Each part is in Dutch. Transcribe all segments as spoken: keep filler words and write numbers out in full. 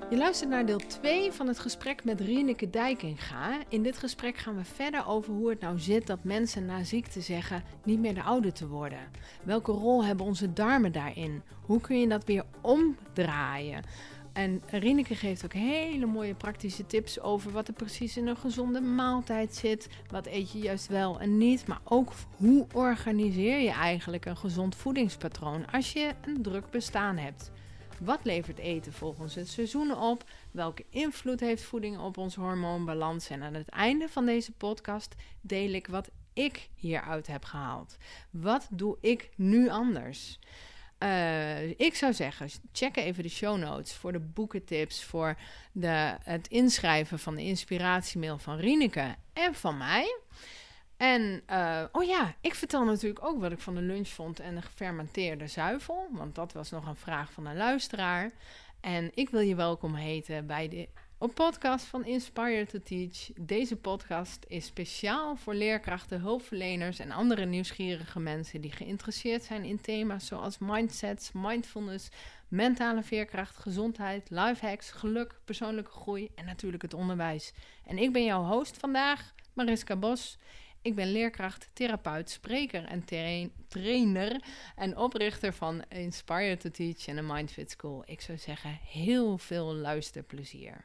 Je luistert naar deel twee van het gesprek met Rieneke Dijkinga. In dit gesprek gaan we verder over hoe het nou zit dat mensen na ziekte zeggen niet meer de oude te worden. Welke rol hebben onze darmen daarin? Hoe kun je dat weer omdraaien? En Rieneke geeft ook hele mooie praktische tips over wat er precies in een gezonde maaltijd zit. Wat eet je juist wel en niet. Maar ook hoe organiseer je eigenlijk een gezond voedingspatroon als je een druk bestaan hebt. Wat levert eten volgens het seizoen op? Welke invloed heeft voeding op onze hormoonbalans? En aan het einde van deze podcast deel ik wat ik hieruit heb gehaald. Wat doe ik nu anders? Uh, ik zou zeggen, check even de show notes voor de boekentips, voor de, het inschrijven van de inspiratiemail van Rieneke en van mij. En, uh, oh ja, ik vertel natuurlijk ook wat ik van de lunch vond en de gefermenteerde zuivel. Want dat was nog een vraag van een luisteraar. En ik wil je welkom heten bij de op podcast van Inspire to Teach. Deze podcast is speciaal voor leerkrachten, hulpverleners en andere nieuwsgierige mensen die geïnteresseerd zijn in thema's zoals mindsets, mindfulness, mentale veerkracht, gezondheid, lifehacks, geluk, persoonlijke groei en natuurlijk het onderwijs. En ik ben jouw host vandaag, Mariska Bos. Ik ben leerkracht, therapeut, spreker en terrein, trainer en oprichter van Inspire to Teach en de Mindfit School. Ik zou zeggen, heel veel luisterplezier.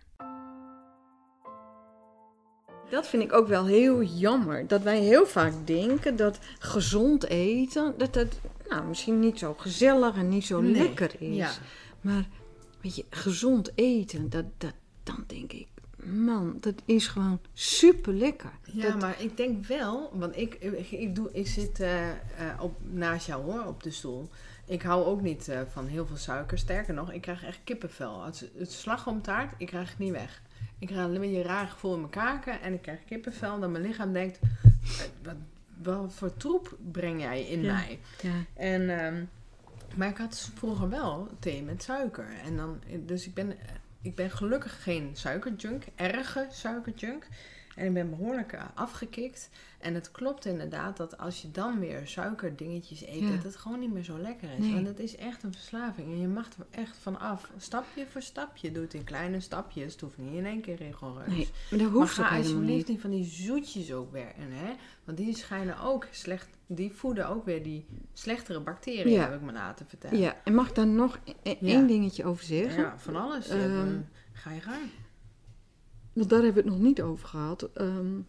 Dat vind ik ook wel heel jammer. Dat wij heel vaak denken dat gezond eten, dat dat nou, misschien niet zo gezellig en niet zo nee, lekker is. Ja. Maar weet je, gezond eten, dat, dat, dan denk ik, man, dat is gewoon super lekker. Ja, dat... maar ik denk wel, want ik, ik, ik, doe, ik zit uh, uh, op, naast jou hoor, op de stoel. Ik hou ook niet uh, van heel veel suiker. Sterker nog, ik krijg echt kippenvel. Het, het slagroomtaart, ik krijg het niet weg. Ik krijg alleen maar een raar gevoel in mijn kaken en ik krijg kippenvel. Dat mijn lichaam denkt, wat, wat voor troep breng jij in ja. mij? Ja. En, um, maar ik had vroeger wel thee met suiker. En dan, dus ik ben... Ik ben gelukkig geen suikerjunk, erge suikerjunk. En ik ben behoorlijk uh, afgekikt. En het klopt inderdaad dat als je dan weer suikerdingetjes eet, ja. dat het gewoon niet meer zo lekker is. Nee. Want het is echt een verslaving. En je mag er echt van af. Stapje voor stapje. Doe het in kleine stapjes. Het hoeft niet in één keer rigoureus. Nee, maar dat hoeft maar ga alsjeblieft niet van die zoetjes ook weer in. Hè? Want die schijnen ook slecht. Die voeden ook weer die slechtere bacteriën, ja. heb ik me laten vertellen. Ja, en mag ik daar nog één ja. dingetje over zeggen? Ja, van alles. Um, ja, ga je gang. Want daar hebben we het nog niet over gehad. Um,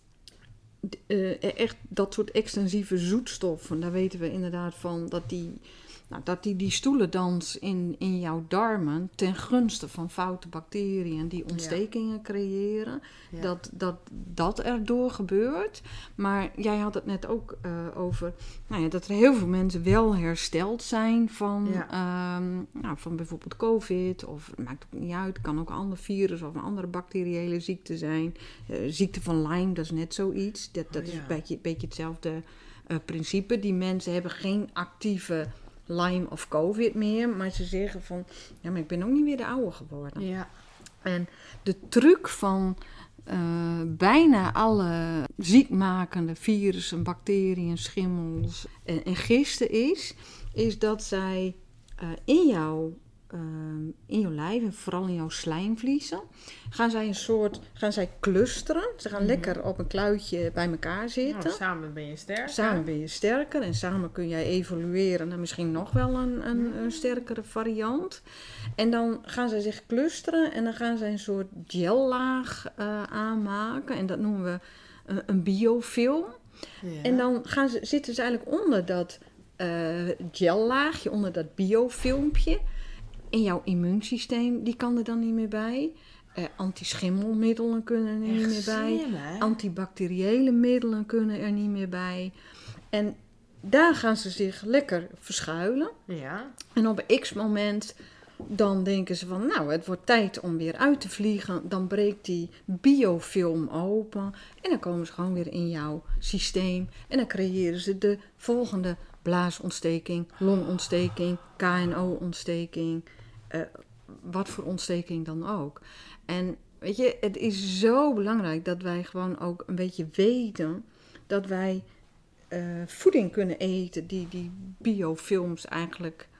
uh, echt dat soort extensieve zoetstoffen, daar weten we inderdaad van dat die, nou, dat die, die stoelendans in, in jouw darmen ten gunste van foute bacteriën die ontstekingen ja. creëren, ja. dat, dat dat erdoor gebeurt. Maar jij had het net ook uh, over nou ja, dat er heel veel mensen wel hersteld zijn van, ja. um, nou, van bijvoorbeeld COVID, of het maakt ook niet uit, het kan ook een ander virus of een andere bacteriële ziekte zijn. Uh, ziekte van Lyme, dat is net zoiets. Dat, dat oh, ja. is een beetje, beetje hetzelfde uh, principe. Die mensen hebben geen actieve Lyme of COVID meer, maar ze zeggen van, ja, maar ik ben ook niet meer de oude geworden. Ja. En de truc van uh, bijna alle ziekmakende virussen, bacteriën, schimmels en, en gisten is, is dat zij uh, in jouw Uh, in jouw lijf en vooral in jouw slijmvliezen gaan zij een soort gaan zij clusteren. Ze gaan mm-hmm. lekker op een kluitje bij elkaar zitten. Nou, samen ben je sterker. Samen ben je sterker en samen kun jij evolueren naar misschien nog wel een, een, mm. een sterkere variant. En dan gaan zij zich clusteren en dan gaan zij een soort gellaag uh, aanmaken en dat noemen we uh, een biofilm. Ja. En dan gaan ze, zitten ze eigenlijk onder dat uh, gellaagje, onder dat biofilmpje. En jouw immuunsysteem, die kan er dan niet meer bij. Uh, antischimmelmiddelen kunnen er niet meer bij. Slim, antibacteriële middelen kunnen er niet meer bij. En daar gaan ze zich lekker verschuilen. Ja. En op een x-moment, dan denken ze van, nou, het wordt tijd om weer uit te vliegen. Dan breekt die biofilm open. En dan komen ze gewoon weer in jouw systeem. En dan creëren ze de volgende blaasontsteking, longontsteking, K N O-ontsteking, uh, wat voor ontsteking dan ook. En weet je, het is zo belangrijk dat wij gewoon ook een beetje weten dat wij uh, voeding kunnen eten die die biofilms eigenlijk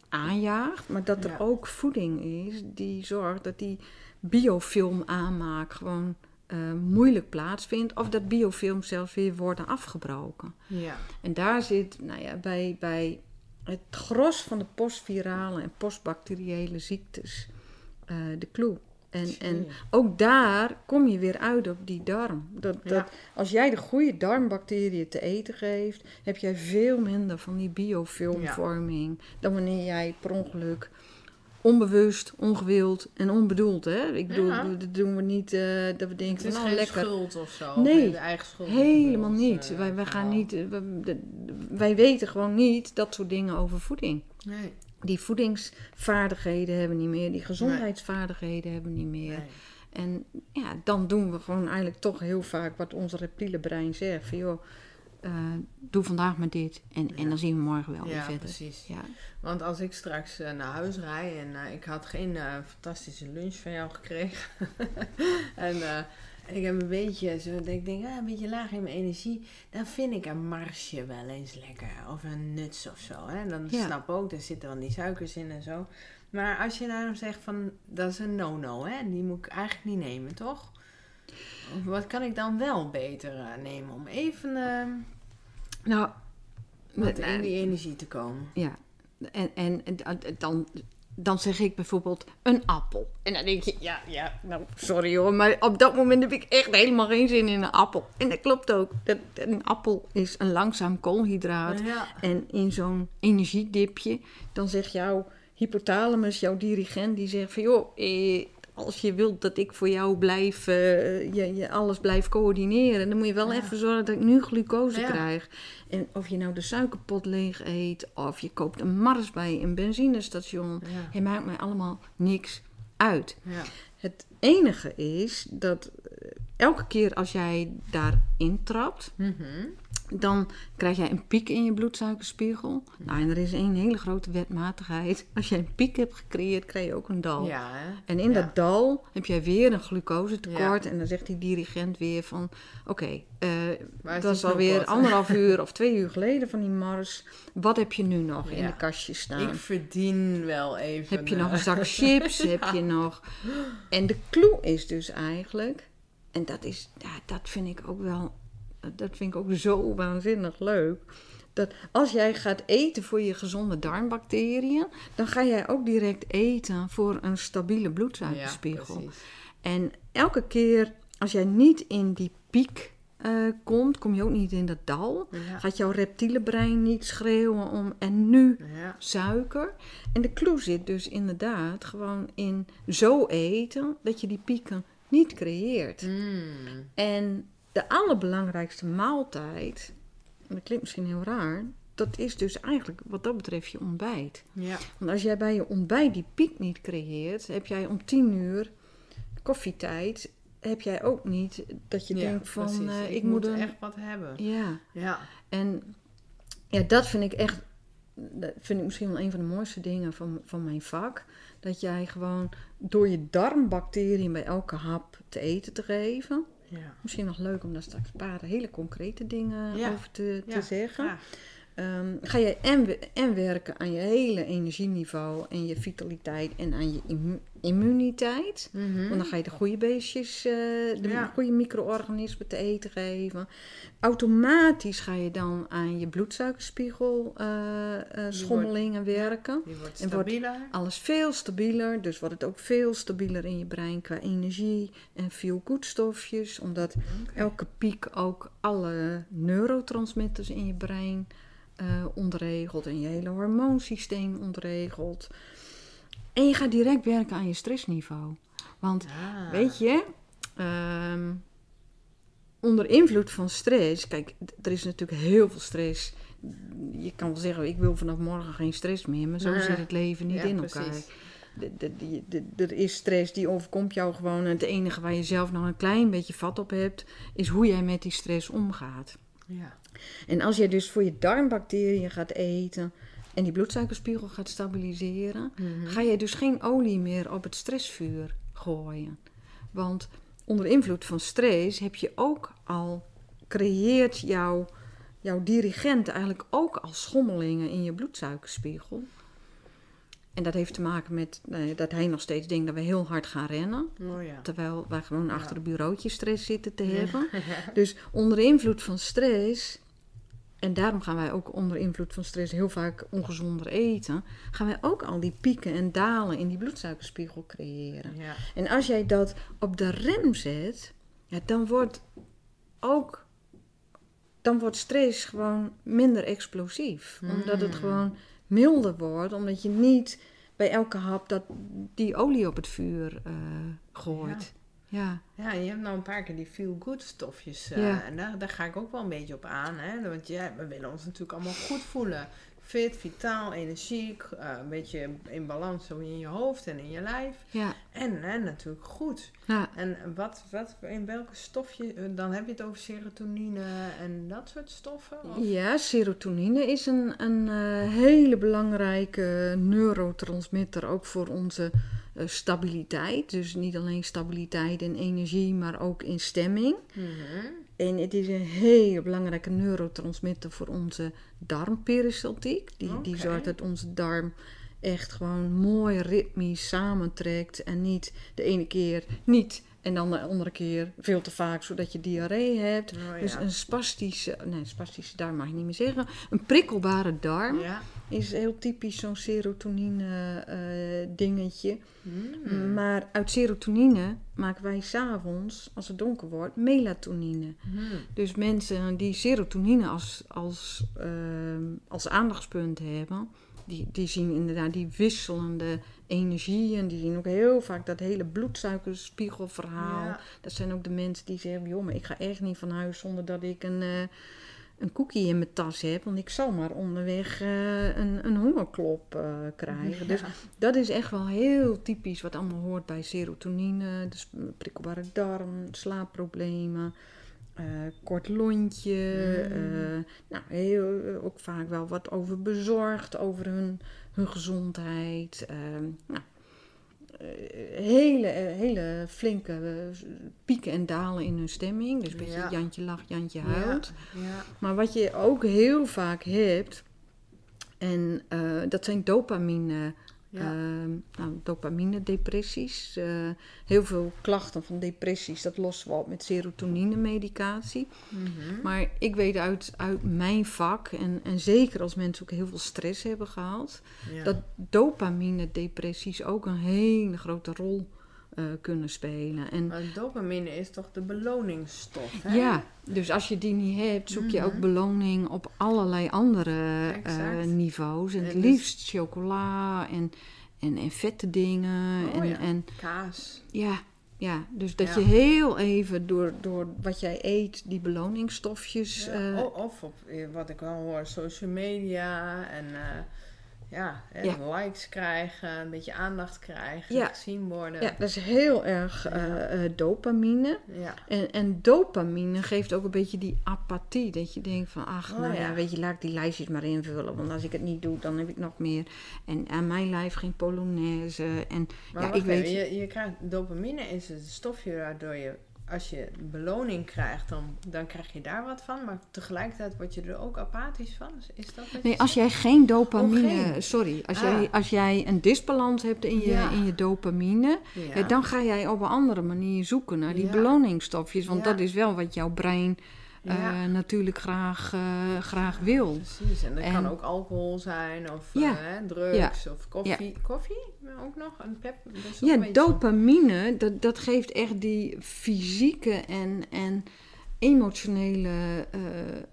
aanjaagt, maar dat er Ja. ook voeding is die zorgt dat die biofilm aanmaak gewoon uh, moeilijk plaatsvindt. Of dat biofilm zelfs weer worden afgebroken. Ja. En daar zit nou ja, bij, bij het gros van de postvirale en postbacteriële ziektes uh, de clue. En, en ook daar kom je weer uit op die darm. Dat, Ja. dat, als jij de goede darmbacteriën te eten geeft, heb jij veel minder van die biofilmvorming dan wanneer jij per ongeluk onbewust, ongewild en onbedoeld. Hè? Ik bedoel, Ja. dat doen we niet uh, dat we denken Het is van geen oh, lekker. schuld of zo. Nee, of de eigen schuld. Helemaal bedoeld, niet. uh, wij, wij, gaan verhaal. niet uh, wij, de, wij weten gewoon niet dat soort dingen over voeding. Nee. Die voedingsvaardigheden hebben we niet meer. Die gezondheidsvaardigheden hebben we niet meer. nee. En ja, dan doen we gewoon eigenlijk toch heel vaak wat ons reptiele brein zegt. Van joh, uh, doe vandaag maar dit. En, Ja. en dan zien we morgen wel weer Ja, verder. precies. Ja. Want als ik straks uh, naar huis rijd en uh, ik had geen uh, fantastische lunch van jou gekregen. en, uh, en ik heb een beetje, zo, dat ik denk, ah, een beetje laag in mijn energie. Dan vind ik een marsje wel eens lekker. Of een nuts of zo. Hè? Dan Ja. snap ik ook, daar zitten dan die suikers in en zo. Maar als je nou zegt van, dat is een no-no, hè? Die moet ik eigenlijk niet nemen, toch? Of wat kan ik dan wel beter uh, nemen om even uh, Nou, wat met- in die energie te komen? ja. En, en, en dan, dan zeg ik bijvoorbeeld een appel. En dan denk je, ja, ja, nou, sorry hoor, maar op dat moment heb ik echt helemaal geen zin in een appel. En dat klopt ook. Dat, een appel is een langzaam koolhydraat. Ja. En in zo'n energiedipje, dan zegt jouw hypothalamus, jouw dirigent, die zegt van joh, eh, als je wilt dat ik voor jou blijf, uh, je, je alles blijf coördineren, dan moet je wel Ja. even zorgen dat ik nu glucose Ja. krijg. En of je nou de suikerpot leeg eet, of je koopt een Mars bij een benzinestation, Ja. het maakt mij allemaal niks uit. Ja. Het enige is dat uh, elke keer als jij daarin trapt, Mhm. dan krijg jij een piek in je bloedsuikerspiegel. Nou, en er is één hele grote wetmatigheid. Als jij een piek hebt gecreëerd, krijg je ook een dal. Ja, hè? En in Ja. dat dal heb jij weer een glucosetekort. Ja. En dan zegt die dirigent weer van... Oké, okay, Waar is dat die is alweer snoepot? anderhalf uur of twee uur geleden van die Mars. Wat heb je nu nog in Ja. de kastjes staan? Ik verdien wel even... Heb je uh, nog een zak chips? Heb je nog... En de clue is dus eigenlijk... En dat is... Ja, dat vind ik ook wel... Dat vind ik ook zo waanzinnig leuk. Dat als jij gaat eten voor je gezonde darmbacteriën... dan ga jij ook direct eten voor een stabiele bloedsuikerspiegel. Ja, precies. En elke keer als jij niet in die piek uh, komt... kom je ook niet in dat dal. Ja. Gaat jouw reptiele brein niet schreeuwen om... en nu Ja. suiker. En de clue zit dus inderdaad gewoon in zo eten... dat je die pieken niet creëert. Mm. En de allerbelangrijkste maaltijd, en dat klinkt misschien heel raar, dat is dus eigenlijk wat dat betreft je ontbijt. Ja. Want als jij bij je ontbijt die piek niet creëert, heb jij om tien uur koffietijd, heb jij ook niet dat je Ja, denkt van, precies. uh, ik, ik, moet moet een... echt wat hebben. Ja, Ja. en ja, dat vind ik echt, dat vind ik misschien wel een van de mooiste dingen van, van mijn vak. Dat jij gewoon door je darmbacteriën bij elke hap te eten te geven. Ja. Misschien nog leuk om daar straks een paar hele concrete dingen Ja. over te, te Ja. zeggen. Ja. Um, ga je en, we- en werken aan je hele energieniveau en je vitaliteit en aan je immu- immuniteit. Mhm. Want dan ga je de goede beestjes, uh, de Ja. goede micro-organismen te eten geven. Automatisch ga je dan aan je bloedsuikerspiegel uh, uh, schommelingen werken. Die wordt En wordt- stabieler. Alles veel stabieler, dus wordt het ook veel stabieler in je brein qua energie en feel-good stofjes. Omdat Oké. elke piek ook alle neurotransmitters in je brein uh, ontregelt en je hele hormoonsysteem ontregelt. En je gaat direct werken aan je stressniveau. Want Ah. weet je, um, onder invloed van stress, kijk, d- er is natuurlijk heel veel stress. Je kan wel zeggen, ik wil vanaf morgen geen stress meer, maar zo Nee. zit het leven niet Ja, in elkaar. precies. De, de, die- de, er is stress die overkomt jou gewoon. En het enige waar je zelf nog een klein beetje vat op hebt, is hoe jij met die stress omgaat. Ja. En als jij dus voor je darmbacteriën gaat eten en die bloedsuikerspiegel gaat stabiliseren, Mhm. ga je dus geen olie meer op het stressvuur gooien. Want onder invloed van stress heb je ook al, creëert jouw, jouw dirigent eigenlijk ook al schommelingen in je bloedsuikerspiegel. En dat heeft te maken met uh, dat hij nog steeds denkt dat we heel hard gaan rennen. Oh ja. Terwijl wij gewoon Ja. achter een bureautje stress zitten te hebben. Ja. Dus onder invloed van stress, en daarom gaan wij ook onder invloed van stress heel vaak ongezonder eten, gaan wij ook al die pieken en dalen in die bloedsuikerspiegel creëren. Ja. En als jij dat op de rem zet, ja, dan wordt ook dan wordt stress gewoon minder explosief. Mm. Omdat het gewoon milder wordt, omdat je niet bij elke hap dat, die olie op het vuur uh, gooit. Ja. Ja, je hebt nou een paar keer die feel-good stofjes. Uh, Ja. En daar, daar ga ik ook wel een beetje op aan. Hè? Want ja, we willen ons natuurlijk allemaal goed voelen. Fit, vitaal, energiek. Uh, een beetje in balans zo in je hoofd en in je lijf. Ja. En hè, natuurlijk goed. Ja. En wat, wat, in welke stofje, uh, dan heb je het over serotonine en dat soort stoffen? Of? Ja, serotonine is een, een uh, hele belangrijke neurotransmitter, ook voor onze uh, stabiliteit. Dus niet alleen stabiliteit in energie, maar ook in stemming. Mm-hmm. En het is een hele belangrijke neurotransmitter voor onze darmperistaltiek. Die, Okay. die zorgt dat onze darm echt gewoon mooi ritmisch samentrekt. En niet de ene keer niet en dan de andere keer veel te vaak, zodat je diarree hebt. Oh, ja. Dus een spastische, nee, spastische darm mag je niet meer zeggen. Een prikkelbare darm Ja. is heel typisch zo'n serotonine uh, dingetje. Mm. Maar uit serotonine maken wij 's avonds, als het donker wordt, melatonine. Mm. Dus mensen die serotonine als, als, uh, als aandachtspunt hebben, die, die zien inderdaad die wisselende energieën. Die zien ook heel vaak dat hele bloedsuikerspiegelverhaal. Ja. Dat zijn ook de mensen die zeggen, joh, maar ik ga echt niet van huis zonder dat ik een, uh, een cookie in mijn tas heb. Want ik zal maar onderweg uh, een, een hongerklop uh, krijgen. Ja. Dus dat is echt wel heel typisch wat allemaal hoort bij serotonine. Dus prikkelbare darm, slaapproblemen. Uh, kort lontje, Mm. uh, nou, heel, ook vaak wel wat over bezorgd, over hun, hun gezondheid. Uh, nou, uh, hele, uh, hele flinke uh, pieken en dalen in hun stemming. Dus een beetje Ja. Jantje lacht, Jantje huilt. Ja. Ja. Maar wat je ook heel vaak hebt, en uh, dat zijn dopamine. Ja. Uh, nou, dopamine depressies. Uh, heel veel klachten van depressies, dat lossen we op met serotonine medicatie. Mm-hmm. Maar ik weet uit, uit mijn vak, en, en zeker als mensen ook heel veel stress hebben gehad, Ja. dat dopamine depressies ook een hele grote rol uh, kunnen spelen. En Maar dopamine is toch de beloningsstof, hè? ja, dus als je die niet hebt, zoek je Mhm. ook beloning op allerlei andere uh, Exact. niveaus. En het En dus- liefst chocola en, en, en vette dingen. Oh en, ja. en Kaas. ja, ja, dus dat Ja. je heel even door, door wat jij eet, die beloningsstofjes. Ja, uh, o- of op, eh, wat ik wel hoor, social media en uh, ja, hè, Ja. likes krijgen, een beetje aandacht krijgen, Ja. gezien worden. ja, dat is heel erg uh, Ja. uh, dopamine. Ja. En, en dopamine geeft ook een beetje die apathie. Dat je denkt van, ach, Oh, nou ja, ja. weet je, laat ik die lijstjes maar invullen. Want als ik het niet doe, dan heb ik nog meer. En aan mijn lijf geen polonaise. En Maar ja, wacht ik weet... even, je, je krijgt, dopamine is het stofje waardoor je, als je beloning krijgt, dan, dan krijg je daar wat van. Maar tegelijkertijd word je er ook apathisch van. Is dat wat je Nee, als zegt? jij geen dopamine... Oh, geen. Sorry, als, Ah. jij, als jij een disbalans hebt in je, Ja. in je dopamine... Ja. Ja, dan ga jij op een andere manier zoeken naar die Ja. beloningsstofjes. Want Ja. dat is wel wat jouw brein uh, Ja. natuurlijk graag, uh, graag wil. Precies, en dat En- kan ook alcohol zijn of Ja. uh, hè, drugs of koffie. Koffie ook nog? Een pep? Dat is ook Ja, een beetje zo- dopamine, dat, dat geeft echt die fysieke en, en emotionele uh,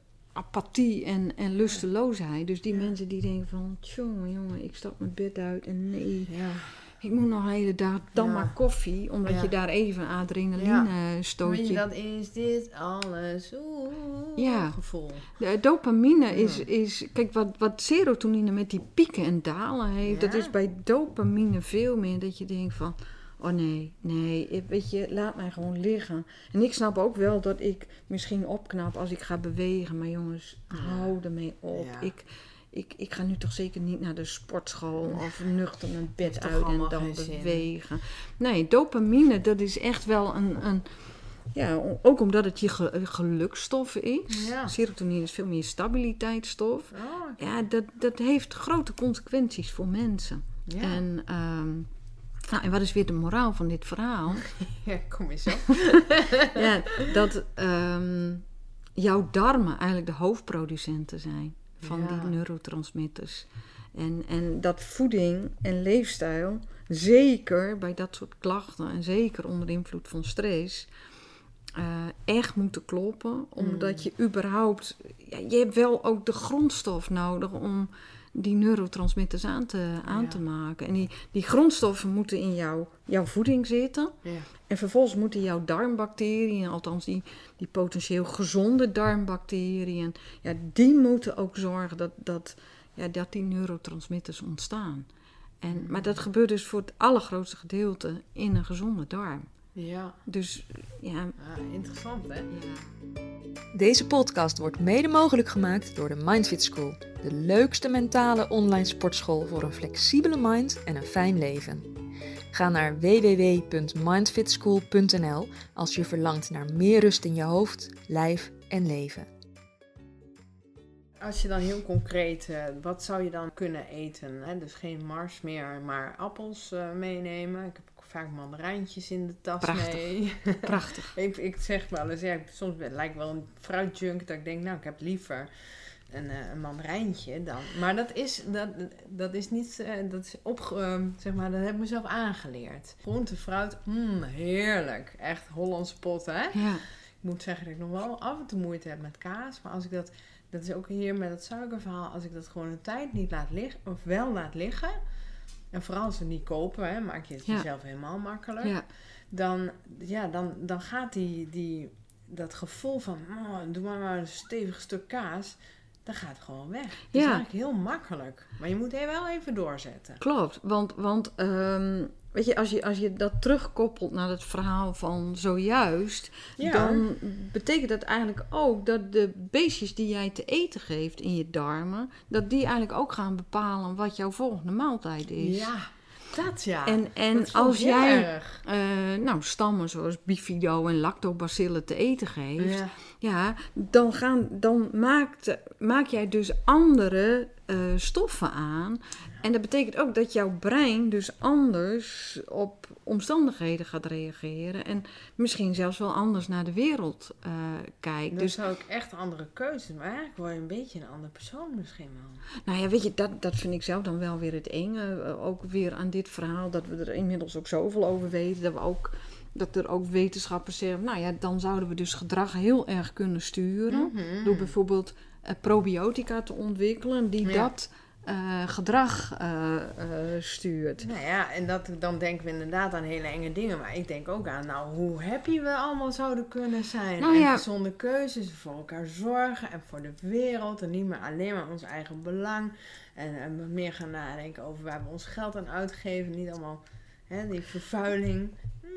apathie en, en lusteloosheid. Dus die Ja. mensen die denken van, jongen, jongen, ik stap mijn bed uit en nee, Ja. ik moet nog een hele dag dan Ja. maar koffie, omdat Ja. je daar even een adrenaline Ja. stootje... Weet je, dat is dit alles oeh, Ja. gevoel. De dopamine Ja. is, is... Kijk, wat, wat serotonine met die pieken en dalen heeft... Ja. dat is bij dopamine veel meer dat je denkt van... Oh nee, nee, weet je, laat mij gewoon liggen. En ik snap ook wel dat ik misschien opknap als ik ga bewegen. Maar jongens, Ja. hou ermee op. Ja. Ik, ik, ik ga nu toch zeker niet naar de sportschool... of nuchter mijn bed Heeft toch uit en allemaal dan geen zin. bewegen. Nee, dopamine, dat is echt wel een... een ja, o- ook omdat het je ge- gelukstof is. Ja. Serotonine is veel meer stabiliteitsstof. Oh, Ja, dat, dat heeft grote consequenties voor mensen. Ja. En, um, nou, en wat is weer de moraal van dit verhaal? Ja, kom eens op. Ja, dat um, jouw darmen eigenlijk de hoofdproducenten zijn van Ja. die neurotransmitters. En, en dat voeding en leefstijl, zeker bij dat soort klachten en zeker onder invloed van stress, uh, echt moeten kloppen. Omdat mm. je überhaupt, ja, je hebt wel ook de grondstof nodig om die neurotransmitters aan te, aan ja. te maken. En die, die grondstoffen moeten in jouw, jouw voeding zitten. Ja. En vervolgens moeten jouw darmbacteriën, althans die, die potentieel gezonde darmbacteriën, ja, die moeten ook zorgen dat, dat, ja, dat die neurotransmitters ontstaan. En, mm. Maar dat gebeurt dus voor het allergrootste gedeelte in een gezonde darm. Ja. Dus, ja. Ah, interessant, hè? Ja. Deze podcast wordt mede mogelijk gemaakt door de Mindfit School. De leukste mentale online sportschool voor een flexibele mind en een fijn leven. Ga naar w w w punt mindfitschool punt n l als je verlangt naar meer rust in je hoofd, lijf en leven. Als je dan heel concreet, uh, wat zou je dan kunnen eten? Hè? Dus geen Mars meer, maar appels uh, meenemen. Ik heb ook vaak mandarijntjes in de tas Prachtig. mee. Prachtig. ik, ik zeg wel eens, ja, soms lijkt wel een fruitjunk dat ik denk, nou, ik heb liever een, uh, een mandarijntje dan. Maar dat is, dat, dat is niet, uh, dat is op, uh, zeg maar, dat heb ik mezelf aangeleerd. Groente, fruit, mm, heerlijk. Echt Hollandse pot, hè? Ja. Ik moet zeggen dat ik nog wel af en toe moeite heb met kaas, maar als ik dat... Dat is ook hier met het suikerverhaal. Als ik dat gewoon een tijd niet laat liggen, of wel laat liggen. En vooral als we niet kopen, hè, maak je het ja. jezelf helemaal makkelijk. Ja. Dan, ja, dan, dan gaat die, die, dat gevoel van, oh, doe maar maar een stevig stuk kaas. Dat gaat gewoon weg. Dat ja. is eigenlijk heel makkelijk. Maar je moet er wel even doorzetten. Klopt, want, want um, weet je, als je, als je dat terugkoppelt naar het verhaal van zojuist, ja. dan betekent dat eigenlijk ook dat de beestjes die jij te eten geeft in je darmen, dat die eigenlijk ook gaan bepalen wat jouw volgende maaltijd is. Ja. Dat ja. En, en dat als jij uh, nou, stammen zoals bifido en lactobacillen te eten geeft, ja. Ja, dan, gaan, dan maakt, maak jij dus andere uh, stoffen aan. En dat betekent ook dat jouw brein dus anders op omstandigheden gaat reageren. En misschien zelfs wel anders naar de wereld uh, kijkt. Dan dus zou ik echt andere keuzes. Maar eigenlijk word je een beetje een andere persoon misschien wel. Nou ja, weet je, dat, dat vind ik zelf dan wel weer het enge. Uh, ook weer aan dit verhaal, dat we er inmiddels ook zoveel over weten. Dat we ook... Dat er ook wetenschappers zeggen, nou ja, dan zouden we dus gedrag heel erg kunnen sturen. Mm-hmm. Door bijvoorbeeld uh, probiotica te ontwikkelen die ja. dat uh, gedrag uh, uh, stuurt. Nou ja, en dat, dan denken we inderdaad aan hele enge dingen. Maar ik denk ook aan, nou, hoe happy we allemaal zouden kunnen zijn. Nou, en ja. gezonde keuzes, voor elkaar zorgen en voor de wereld. En niet meer alleen maar ons eigen belang. En, en meer gaan nadenken over waar we ons geld aan uitgeven. Niet allemaal hè, die vervuiling.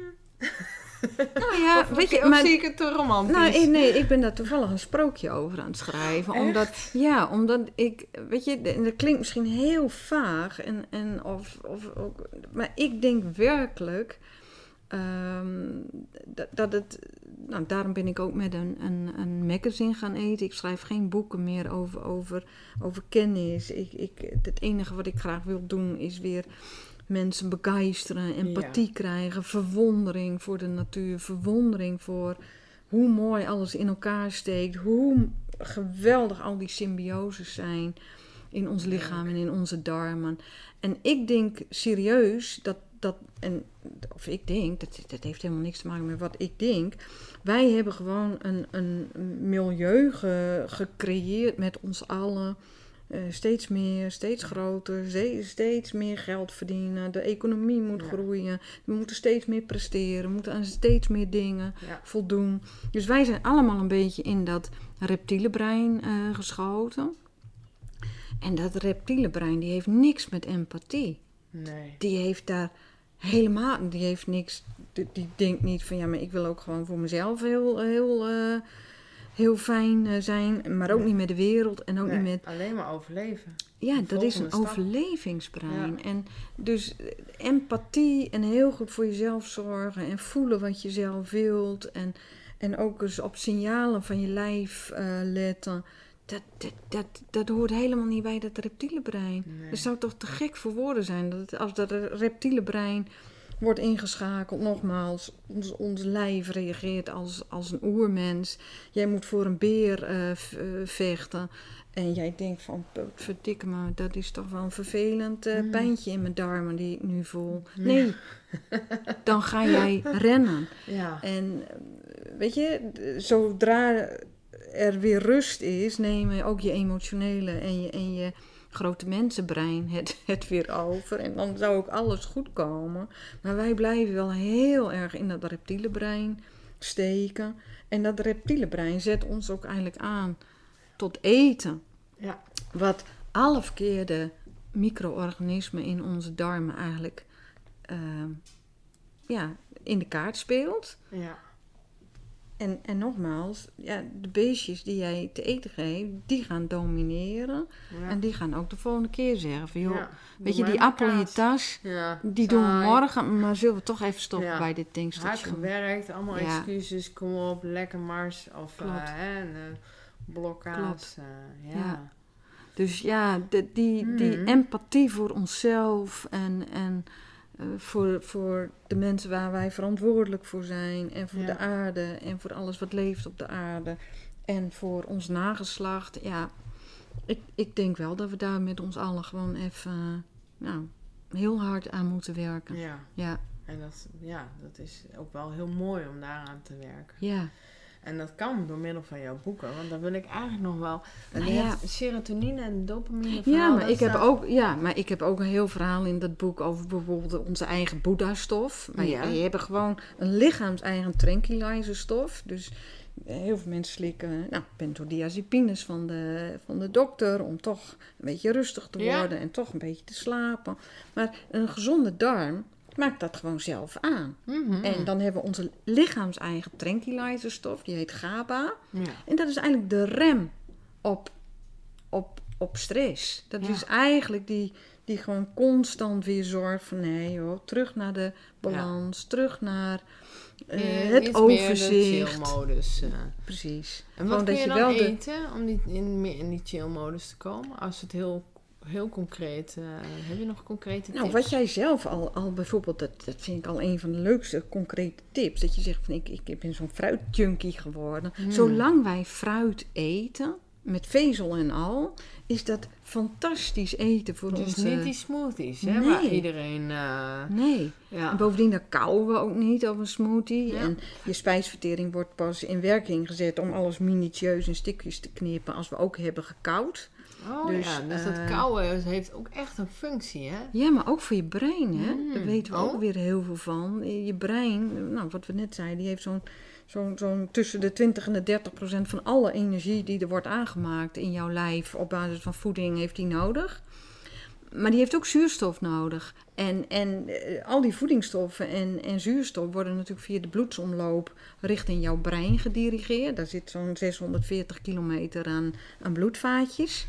Nou ja, of, weet je, of maar, zie ik het te romantisch? Nou, ik, nee, ik ben daar toevallig een sprookje over aan het schrijven. Echt? Omdat, ja, omdat ik, weet je, dat klinkt misschien heel vaag. En, en of, of, ook, maar ik denk werkelijk um, dat, dat het, nou, daarom ben ik ook met een, een, een magazine gaan eten. Ik schrijf geen boeken meer over, over, over kennis. Ik, ik, het enige wat ik graag wil doen is weer mensen begeisteren, empathie ja. krijgen, verwondering voor de natuur, verwondering voor hoe mooi alles in elkaar steekt, hoe geweldig al die symbioses zijn in ons lichaam en in onze darmen. En ik denk serieus dat, dat en, of ik denk, dat, dat heeft helemaal niks te maken met wat ik denk, wij hebben gewoon een, een milieu ge, gecreëerd met ons allen. Uh, steeds meer, steeds groter, steeds meer geld verdienen. De economie moet ja. groeien. We moeten steeds meer presteren. We moeten aan steeds meer dingen ja. voldoen. Dus wij zijn allemaal een beetje in dat reptiele brein uh, geschoten. En dat reptiele brein, die heeft niks met empathie. Nee. Die heeft daar helemaal, die heeft niks, die, die denkt niet van ja, maar ik wil ook gewoon voor mezelf heel, heel... Uh, heel fijn uh, zijn, maar ook niet met de wereld en ook nee, niet met... alleen maar overleven. Ja, dat is een stap. Overlevingsbrein. Ja. En dus empathie en heel goed voor jezelf zorgen en voelen wat je zelf wilt en, en ook eens op signalen van je lijf uh, letten. dat, dat, dat, dat hoort helemaal niet bij dat reptiele brein. Nee. Het zou toch te gek voor woorden zijn dat het, als dat reptiele brein wordt ingeschakeld, nogmaals, ons, ons lijf reageert als, als een oermens. Jij moet voor een beer uh, v, uh, vechten. En jij denkt van, verdikke me, dat is toch wel een vervelend uh, Mm. pijntje in mijn darmen die ik nu voel. Ja. Nee, dan ga jij rennen. Ja. En weet je, zodra er weer rust is, nemen ook je emotionele en je, en je grote mensenbrein het, het weer over. En dan zou ook alles goed komen. Maar wij blijven wel heel erg in dat reptiele brein steken. En dat reptiele brein zet ons ook eigenlijk aan tot eten. Ja. Wat alle verkeerde micro-organismen in onze darmen eigenlijk uh, ja, in de kaart speelt. Ja. En, en nogmaals, ja, de beestjes die jij te eten geeft, die gaan domineren. Ja. En die gaan ook de volgende keer zeggen van, joh, Ja. weet Doe je, die maar appel in je kaas. tas, Ja. die doen we Saai. morgen, maar zullen we toch even stoppen Ja. bij dit Hard tankstation. gewerkt, allemaal Ja. excuses, kom op, lekker mars. Of Klopt. uh, hè, een uh, blokkaas. Klopt. Uh, ja. Ja. Dus ja, de, die, die Mhm. empathie voor onszelf en, en uh, voor, voor de mensen waar wij verantwoordelijk voor zijn. En voor Ja. de aarde en voor alles wat leeft op de aarde. En voor ons nageslacht. Ja, ik, ik denk wel dat we daar met ons allen gewoon even uh, nou, heel hard aan moeten werken. Ja. Ja, En dat, ja, dat is ook wel heel mooi om daaraan te werken. ja. En dat kan door middel van jouw boeken. Want dan wil ik eigenlijk nog wel... En Nou je ja. hebt serotonine en dopamine. Ja, verhaal, maar dat ik heb staat- ook, ja, maar ik heb ook een heel verhaal in dat boek over bijvoorbeeld onze eigen Boeddha-stof. Maar Ja. je, je hebt gewoon een lichaams-eigen tranquilizer-stof. Dus heel veel mensen slikken nou, benzodiazepines van de, van de dokter om toch een beetje rustig te Ja. worden en toch een beetje te slapen. Maar een gezonde darm maakt dat gewoon zelf aan. Mhm. En dan hebben we onze lichaams-eigen tranquilizer-stof, die heet GABA. Ja. En dat is eigenlijk de rem op, op, op stress. Dat Ja. is eigenlijk die, die gewoon constant weer zorgt van nee joh, terug naar de balans, terug naar uh, Ja, het iets overzicht. meer de chill-modus. uh. Precies. En Gewoon wat kun dat je je dan wel de- eten om die, in, meer in die chill-modus te komen? Als het heel, heel concreet... uh, heb je nog concrete Nou, tips? wat jij zelf al, al bijvoorbeeld, dat, dat vind ik al een van de leukste concrete tips. Dat je zegt van ik, ik ben zo'n fruitjunkie geworden. Hmm. Zolang wij fruit eten, met vezel en al, is dat fantastisch eten voor Dus onze... niet die smoothies, hè? Nee. Waar iedereen... uh, Nee. ja. En bovendien, dan kauwen we ook niet op een smoothie. Ja. En je spijsvertering wordt pas in werking gezet om alles minutieus in stukjes te knippen als we ook hebben gekauwd. Oh Dus, ja, dus dat eh, kauwen heeft ook echt een functie, hè? Ja, maar ook voor je brein, hè. Mm. Daar weten we Oh. ook weer heel veel van. Je brein, nou, wat we net zeiden, die heeft zo'n zo'n zo'n tussen de twintig en de dertig procent van alle energie die er wordt aangemaakt in jouw lijf op basis van voeding heeft die nodig. Maar die heeft ook zuurstof nodig. En, en eh, al die voedingsstoffen en, en zuurstof worden natuurlijk via de bloedsomloop richting jouw brein gedirigeerd. Daar zit zo'n zeshonderdveertig kilometer aan, aan bloedvaatjes.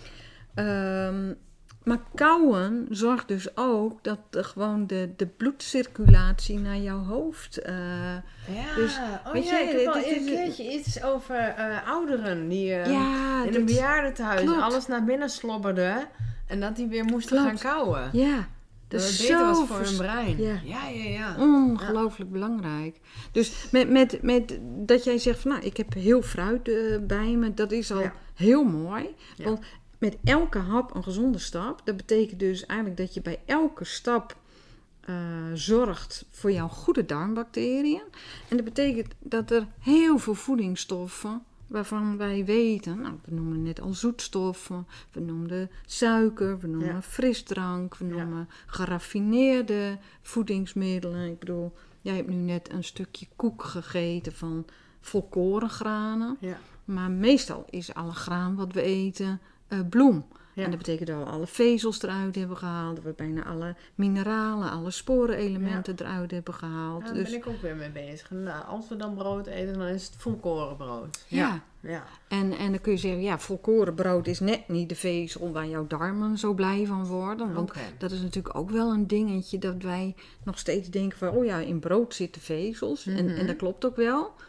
Ehm, maar kauwen zorgt dus ook dat de, gewoon de, de bloedcirculatie naar jouw hoofd... eh, Ja, Dus, oh weet ja, je, ik heb wel dit is- een keertje iets over uh, ouderen die uh, ja, in dat- een bejaardentehuis klopt. alles naar binnen slobberden en dat die weer moesten Klopt. gaan kauwen. ja, dat Dat is het beter was zo voor vers- hun brein. Ja. ja, ja. ja. Ongelooflijk belangrijk. Dus met, met, met dat jij zegt van nou, ik heb heel fruit eh, bij me, dat is al Ja. heel mooi. Ja. Want met elke hap een gezonde stap, dat betekent dus eigenlijk dat je bij elke stap eh, zorgt voor jouw goede darmbacteriën. En dat betekent dat er heel veel voedingsstoffen waarvan wij weten, nou, we noemen net al zoetstoffen, we noemen suiker, we noemen Ja. frisdrank, we Ja. noemen geraffineerde voedingsmiddelen. Ik bedoel, jij hebt nu net een stukje koek gegeten van volkorengranen, Ja. maar meestal is alle graan wat we eten eh, bloem. Ja. En dat betekent dat we alle vezels eruit hebben gehaald, dat we bijna alle mineralen, alle sporenelementen eruit hebben gehaald. Ja, daar dus ben ik ook weer mee bezig. Nou, als we dan brood eten, dan is het volkorenbrood. ja. Ja. En, en dan kun je zeggen, ja, volkorenbrood is net niet de vezel waar jouw darmen zo blij van worden. Want Oké. dat is natuurlijk ook wel een dingetje dat wij nog steeds denken van, oh ja, in brood zitten vezels. en, Mhm. en dat klopt ook wel.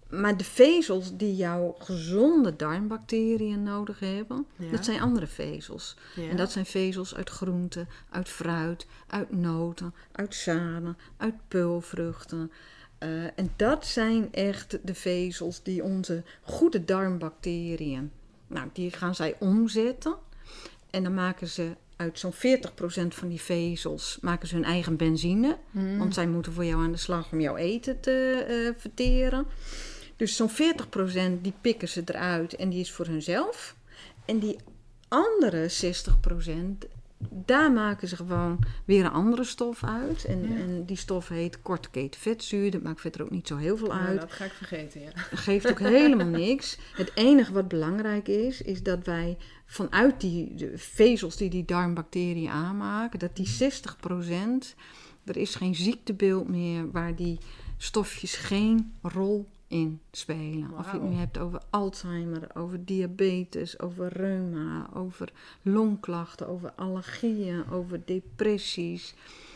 maar de vezels die jouw gezonde darmbacteriën nodig hebben, Ja. dat zijn andere vezels. Ja. En dat zijn vezels uit groenten, uit fruit, uit noten, uit zaden, uit peulvruchten. Uh, en dat zijn echt de vezels die onze goede darmbacteriën, nou, die gaan zij omzetten. En dan maken ze uit zo'n veertig procent van die vezels maken ze hun eigen benzine. Mm. Want zij moeten voor jou aan de slag om jouw eten te uh, verteren. Dus zo'n veertig procent die pikken ze eruit en die is voor hunzelf. En die andere zestig procent, daar maken ze gewoon weer een andere stof uit. En, Ja. en die stof heet korte keten vetzuur. Dat maakt verder ook niet zo heel veel Nou, uit. dat ga ik vergeten, ja. Geeft ook helemaal niks. Het enige wat belangrijk is, is dat wij vanuit die de vezels die die darmbacteriën aanmaken, dat die zestig procent, er is geen ziektebeeld meer waar die stofjes geen rol in spelen. Of je het nu hebt over Alzheimer, over diabetes, over reuma, over longklachten, over allergieën, over depressies.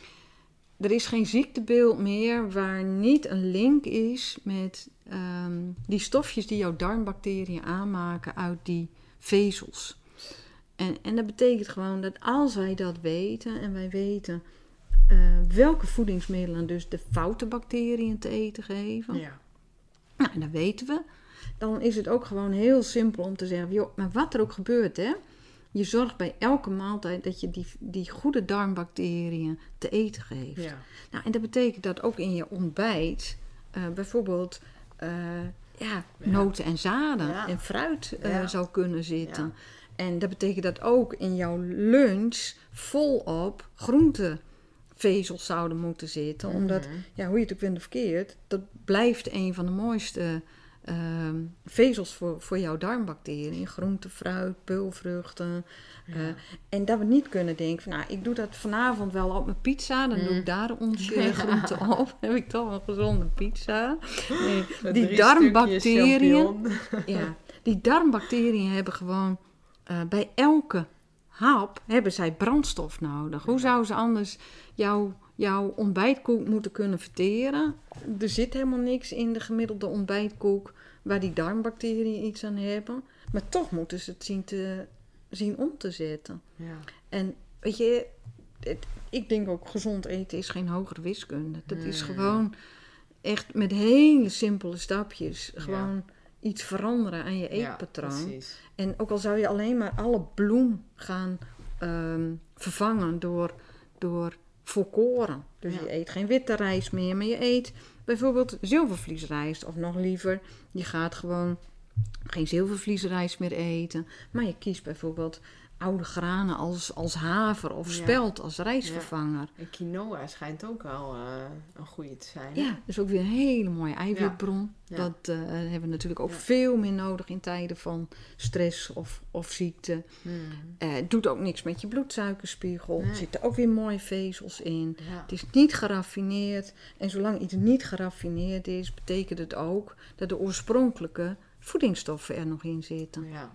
Er is geen ziektebeeld meer waar niet een link is met um, die stofjes die jouw darmbacteriën aanmaken uit die vezels. En, en dat betekent gewoon dat als wij dat weten en wij weten uh, welke voedingsmiddelen dus de foute bacteriën te eten geven. Ja. Nou, en dat weten we. Dan is het ook gewoon heel simpel om te zeggen, joh, maar wat er ook gebeurt, hè. Je zorgt bij elke maaltijd dat je die, die goede darmbacteriën te eten geeft. Ja. Nou, en dat betekent dat ook in je ontbijt uh, bijvoorbeeld uh, ja, Ja. noten en zaden Ja. en fruit uh, Ja. zou kunnen zitten. Ja. En dat betekent dat ook in jouw lunch volop groentevezels zouden moeten zitten. Mhm. Omdat, ja, hoe je het ook vindt of verkeerd, dat blijft een van de mooiste uh, vezels voor, voor jouw darmbacteriën. Groente, fruit, peulvruchten. Uh, Ja. En dat we niet kunnen denken van, nou, ik doe dat vanavond wel op mijn pizza. Dan Mm. doe ik daar een onsje Ja. groente op. Dan heb ik toch een gezonde pizza. Nee, Met die drie darmbacteriën, stukjes champignon. ja, die darmbacteriën hebben gewoon uh, bij elke hap hebben zij brandstof nodig. Hoe zou ze anders jouw, jouw ontbijtkoek moeten kunnen verteren? Er zit helemaal niks in de gemiddelde ontbijtkoek waar die darmbacteriën iets aan hebben. Maar toch moeten ze het zien, te, zien om te zetten. Ja. En weet je, het, ik denk ook gezond eten is geen hogere wiskunde. Dat is Mm. gewoon echt met hele simpele stapjes Ja. gewoon iets veranderen aan je eetpatroon. Ja, precies. En ook al zou je alleen maar alle bloem gaan um, vervangen door, door volkoren. Dus Ja. je eet geen witte rijst meer, maar je eet bijvoorbeeld zilvervliesrijst. Of nog liever, je gaat gewoon geen zilvervliesrijst meer eten. Maar je kiest bijvoorbeeld oude granen als, als haver of Ja. spelt als rijstvervanger. En quinoa schijnt ook wel uh, een goede te zijn. hè? Ja, dus ook weer een hele mooie eiwitbron. Ja. Dat uh, hebben we natuurlijk ook Ja. veel meer nodig in tijden van stress of, of ziekte. Hmm. Uh, het doet ook niks met je bloedsuikerspiegel. Nee. Er zitten ook weer mooie vezels in. Ja. Het is niet geraffineerd. En zolang iets niet geraffineerd is, betekent het ook dat de oorspronkelijke voedingsstoffen er nog in zitten. Ja.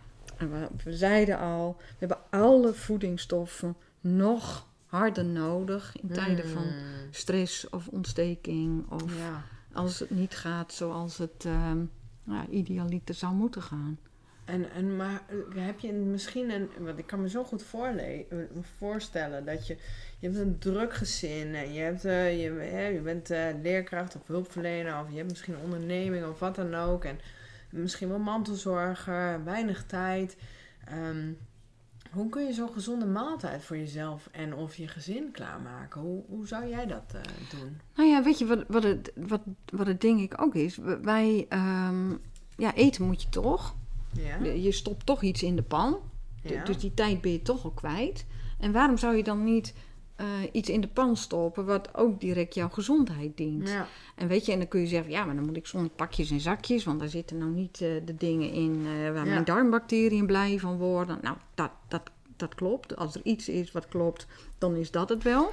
En we, we zeiden al, we hebben alle voedingsstoffen nog harder nodig in tijden van Hmm. stress of ontsteking. Of Ja. als het niet gaat zoals het um, ja, idealiter zou moeten gaan. En, en maar uh, heb je misschien een, want ik kan me zo goed voorle- uh, voorstellen dat je, je hebt een druk gezin en je, hebt, uh, je, hè, je bent uh, leerkracht of hulpverlener of je hebt misschien een onderneming of wat dan ook en misschien wel mantelzorger, weinig tijd. Um, hoe kun je zo'n gezonde maaltijd voor jezelf en of je gezin klaarmaken? Hoe, hoe zou jij dat uh, doen? Nou ja, weet je wat, wat, het, wat, wat het denk ik ook is? Wij, um, ja, eten moet je toch. Ja? Je stopt toch iets in de pan. Ja? Dus die tijd ben je toch al kwijt. En waarom zou je dan niet uh, iets in de pan stoppen wat ook direct jouw gezondheid dient? Ja. En weet je, en dan kun je zeggen, ja, maar dan moet ik zonder pakjes en zakjes, want daar zitten nou niet uh, de dingen in uh, waar Ja. mijn darmbacteriën blij van worden. Nou, dat, dat, dat klopt. Als er iets is wat klopt, dan is dat het wel.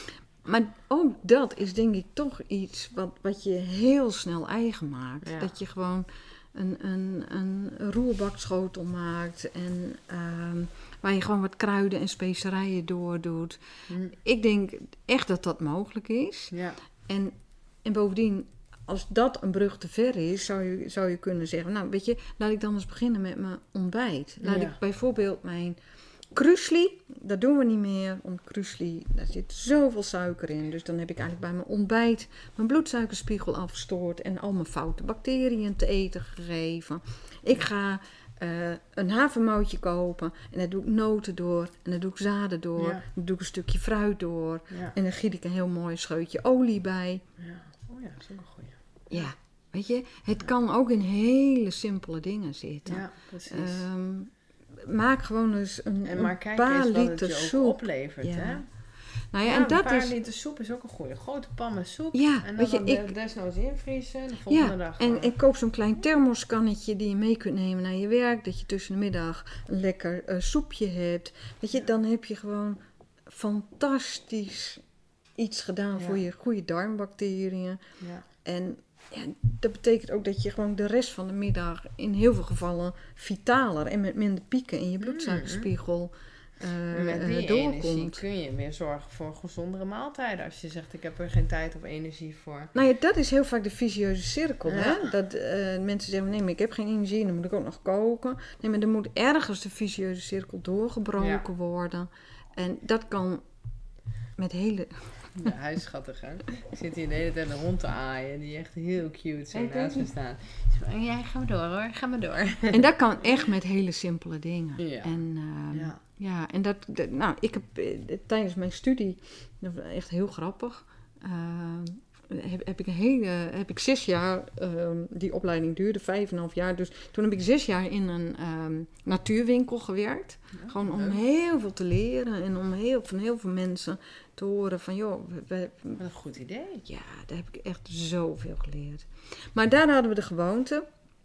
Maar ook dat is denk ik toch iets wat, wat je heel snel eigen maakt. Ja. Dat je gewoon een, een, een roerbakschotel maakt en uh, waar je gewoon wat kruiden en specerijen door doet. Hm. Ik denk echt dat dat mogelijk is. Ja. En, en bovendien, als dat een brug te ver is, zou je, zou je kunnen zeggen... Nou, weet je, laat ik dan eens beginnen met mijn ontbijt. Laat Ja. ik bijvoorbeeld mijn kruisli, dat doen we niet meer. Om kruisli, daar zit zoveel suiker in. Dus dan heb ik eigenlijk bij mijn ontbijt mijn bloedsuikerspiegel afgestoord... en al mijn foute bacteriën te eten gegeven. Ik ga uh, een havermoutje kopen en daar doe ik noten door. En daar doe ik zaden door. Ja. Dan doe ik een stukje fruit door. Ja. En dan giet ik een heel mooi scheutje olie bij. Ja. Oh ja, dat is ook een goeie. Ja, weet je, het kan ook in hele simpele dingen zitten. Ja, precies. Um, maak gewoon eens een, en een maar kijk paar eens wat liter het je ook soep. oplevert, Ja. hè? Nou ja, Ja, en een dat paar is. liter soep is ook een goeie. Grote pan met soep. Ja, en dan, weet je, dan ik- desnoods invriezen. De volgende Ja, dag en gewoon. ik koop zo'n klein thermoskannetje die je mee kunt nemen naar je werk. Dat je tussen de middag een lekker eh, soepje hebt. Weet je, Ja. dan heb je gewoon fantastisch iets gedaan Ja. voor je goede darmbacteriën. Ja. En ja, dat betekent ook dat je gewoon de rest van de middag in heel veel gevallen vitaler en met minder pieken in je bloedsuikerspiegel eh, Met die eh, energie doorkomt. kun je meer zorgen voor gezondere maaltijden. Als je zegt, ik heb er geen tijd of energie voor. Nou ja, dat is heel vaak de vicieuze cirkel. Ja. Hè? Dat eh, mensen zeggen, nee, maar ik heb geen energie en dan moet ik ook nog koken. Nee, maar er moet ergens de vicieuze cirkel doorgebroken worden. En dat kan met hele... Ja, hij is schattig, hè? Ik zit hier de hele tijd een hond te aaien. Die echt heel cute zo Hey, naast me Teddy. staat. Zo, ja, ga maar door hoor. Ga maar door. En dat kan echt met hele simpele dingen. Ja. En, eh, Ja. ja, en dat, dat- nou, ik heb eh, tijdens mijn studie, dat was echt heel grappig, eh, heb, heb ik een hele, heb ik zes jaar, eh, die opleiding duurde vijf en een half jaar, dus toen heb ik zes jaar in een ehm, natuurwinkel gewerkt. Ja, Gewoon om leuk. heel veel te leren en om heel, van heel veel mensen te horen van, joh, we, we- Wat een goed idee. ja, daar heb ik echt zoveel geleerd. Maar daar hadden we de gewoonte,